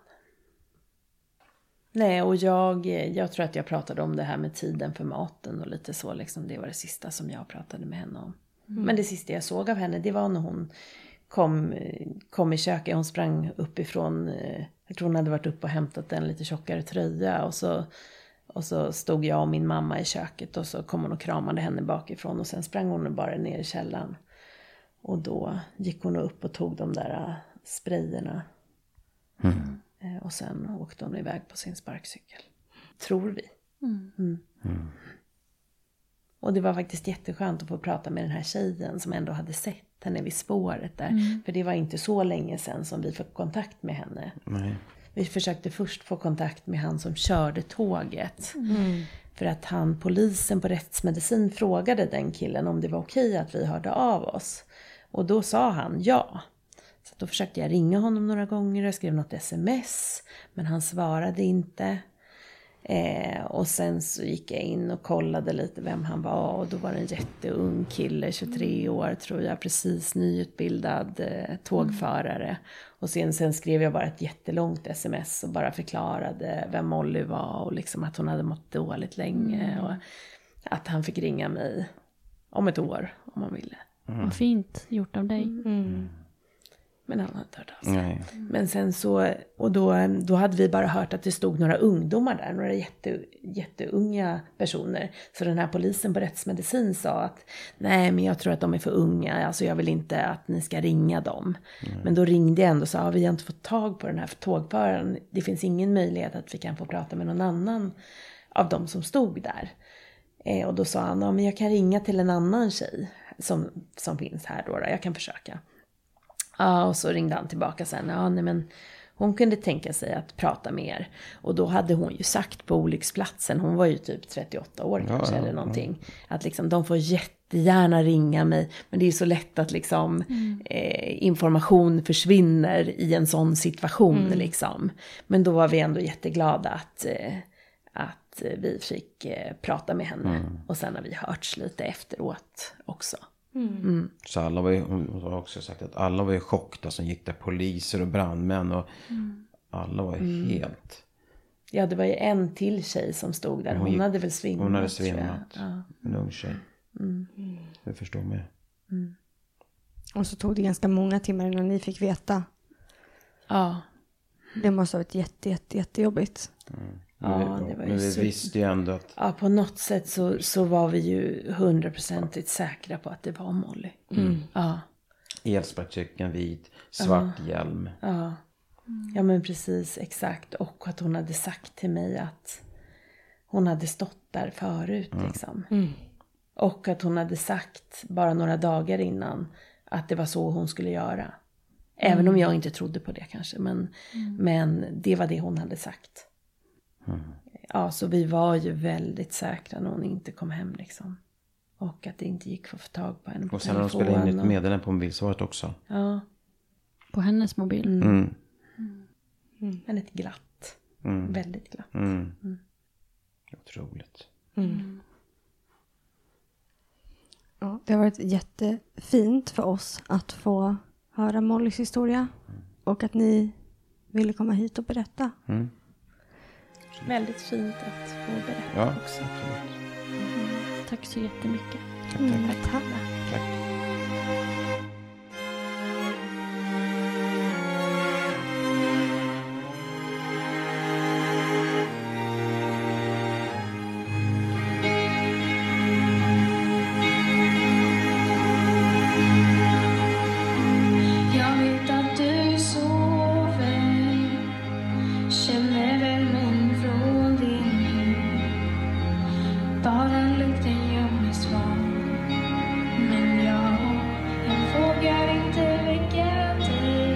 Nej, och jag tror att jag pratade om det här med tiden för maten och lite så. Liksom, det var det sista som jag pratade med henne om. Men det sista jag såg av henne, det var när hon kom i köket. Hon sprang uppifrån, jag tror hon hade varit uppe och hämtat en lite tjockare tröja. Och så stod jag och min mamma i köket och så kom hon och kramade henne bakifrån. Och sen sprang hon bara ner i källaren. Och då gick hon upp och tog de där sprayerna. Och sen åkte hon iväg på sin sparkcykel. Tror vi. Och det var faktiskt jätteskönt att få prata med den här tjejen som ändå hade sett henne vid spåret där. För det var inte så länge sedan som vi fick kontakt med henne. Nej. Vi försökte först få kontakt med han som körde tåget. För att polisen på rättsmedicin frågade den killen om det var okej att vi hörde av oss. Och då sa han ja. Så då försökte jag ringa honom några gånger. Jag skrev något sms. Men han svarade inte. Och sen så gick jag in och kollade lite vem han var. Och då var det en jätteung kille, 23 år tror jag. Precis nyutbildad tågförare. Och sen skrev jag bara ett jättelångt sms. Och bara förklarade vem Molly var. Och liksom att hon hade mått dåligt länge. Och att han fick ringa mig om ett år om han ville. Vad fint gjort av dig. Men han hade hört av sig. Men sen så, och då hade vi bara hört att det stod några ungdomar där. Några jätteunga personer. Så den här polisen på rättsmedicin sa att nej, men jag tror att de är för unga. Alltså jag vill inte att ni ska ringa dem. Men då ringde jag ändå och sa, vi har inte fått tag på den här tågföraren. Det finns ingen möjlighet att vi kan få prata med någon annan av dem som stod där. Och då sa han, men jag kan ringa till en annan tjej som finns här då. Jag kan försöka. Ja, och så ringde han tillbaka sen. Ja, nej, men hon kunde tänka sig att prata med er. Och då hade hon ju sagt på olycksplatsen, hon var ju typ 38 år kanske eller någonting. Att liksom, de får jättegärna ringa mig. Men det är ju så lätt att liksom information försvinner i en sån situation liksom. Men då var vi ändå jätteglada att vi fick prata med henne. Och sen har vi hörts lite efteråt också. Så alla var ju, hon har också sagt att alla var i chock då, som gick där, poliser och brandmän och alla var ju helt. Ja, det var ju en till tjej som stod där. Hon hade väl svimmat. Hon hade svimmat. En ung tjej. Jag förstår mig. Och så tog det ganska många timmar innan ni fick veta Ja. Det måste ha varit jättejobbigt. Ja, det var ju men vi visste ju ändå att... Ja, på något sätt så var vi ju 100% säkra på att det var Molly. Ja. Elsparkcykeln vit, svart hjälm. Ja. Ja, men precis, exakt. Och att hon hade sagt till mig att hon hade stått där förut liksom. Och att hon hade sagt bara några dagar innan att det var så hon skulle göra. Även om jag inte trodde på det kanske. Men det var det hon hade sagt. Ja, så vi var ju väldigt säkra när hon inte kom hem liksom. Och att det inte gick att få tag på henne på och sen har de spelat in ett meddelande på mobilsvaret också. Ja. På hennes mobil. Men ett glatt. Väldigt glatt. Otroligt. Ja, det har varit jättefint för oss att få höra Mollys historia. Och att ni ville komma hit och berätta. Väldigt fint att få berätta också. Absolut. Tack så jättemycket. Tack. Jag vet att du sover, känner värmen från din hud. Bara lukten gör mig svag. Men jag vågar inte väcka dig.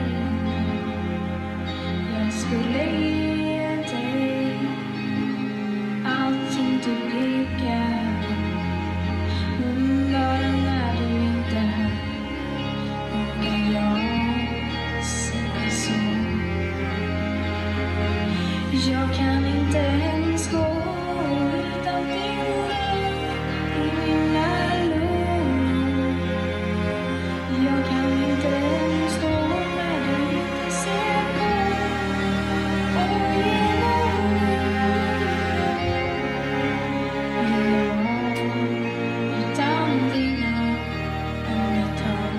Jag skulle ge dig allting du brukar. Men bara när du inte är här vågar jag säga så. Jag kan inte ens gå utan din lukt i mina lungor. Jag kan inte ens stå när du inte ser på. Och genom utan dina andetag.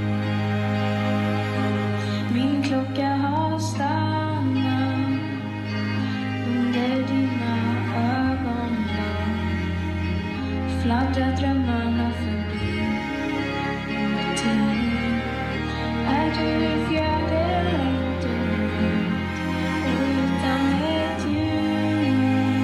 Min klocka har stannat under dina ögonlock. Fladdrar drömmarna förbi. Tid är du i fjärde långt ut utan ett ljud.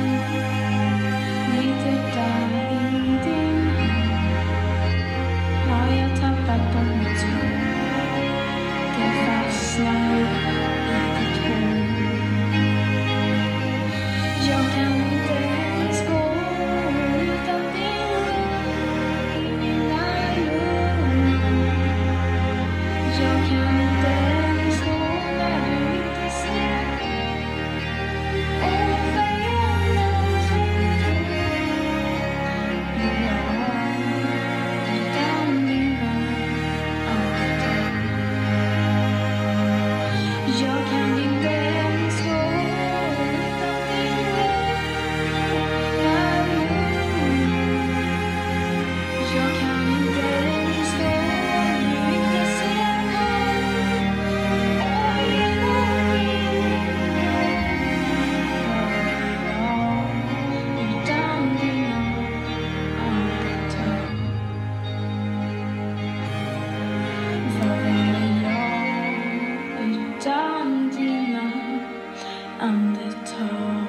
Mitt hjärta i din hand har jag tappat på mitt spår. Det fastnar i ditt hår. Jag kan inte ens gå utan din lukt i mina lungor. Jag kan inte ens gå där du inte ser. Och vägen som tror. Utan dina andetag. Jag kan inte ens gå utan din lukt. Jag kan inte ens stå om du inte ser mig. Och genom utan dina andetag. Vad är jag utan dina andetag?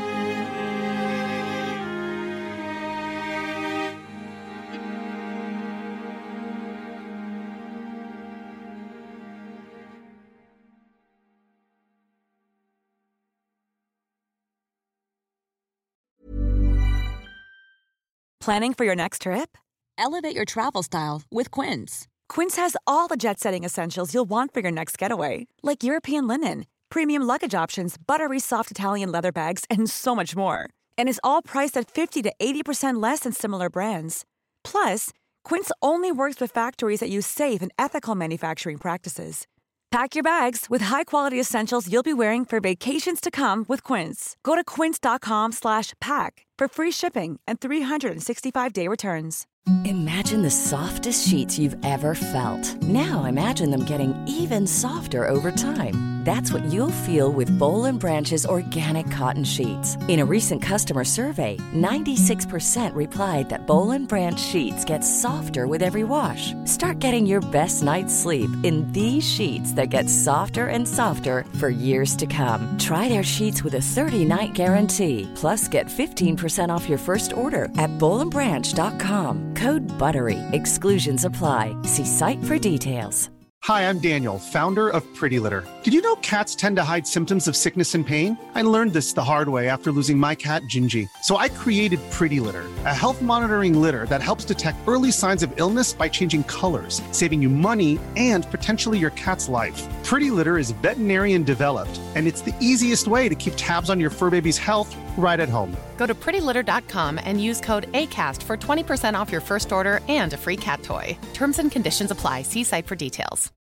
Planning for your next trip? Elevate your travel style with Quince. Quince has all the jet-setting essentials you'll want for your next getaway, like European linen, premium luggage options, buttery soft Italian leather bags, and so much more. And is all priced at 50 to 80% less than similar brands. Plus, Quince only works with factories that use safe and ethical manufacturing practices. Pack your bags with high-quality essentials you'll be wearing for vacations to come with Quince. Go to quince.com/pack for free shipping and 365-day returns. Imagine the softest sheets you've ever felt. Now imagine them getting even softer over time. That's what you'll feel with Boll & Branch's organic cotton sheets. In a recent customer survey, 96% replied that Boll & Branch sheets get softer with every wash. Start getting your best night's sleep in these sheets that get softer and softer for years to come. Try their sheets with a 30-night guarantee. Plus, get 15% off your first order at bollandbranch.com. Code BUTTERY. Exclusions apply. See site for details. Hi, I'm Daniel, founder of Pretty Litter. Did you know cats tend to hide symptoms of sickness and pain? I learned this the hard way after losing my cat, Gingy. So I created Pretty Litter, a health monitoring litter that helps detect early signs of illness by changing colors, saving you money and potentially your cat's life. Pretty Litter is veterinarian developed, and it's the easiest way to keep tabs on your fur baby's health right at home. Go to prettylitter.com and use code ACAST for 20% off your first order and a free cat toy. Terms and conditions apply. See site for details.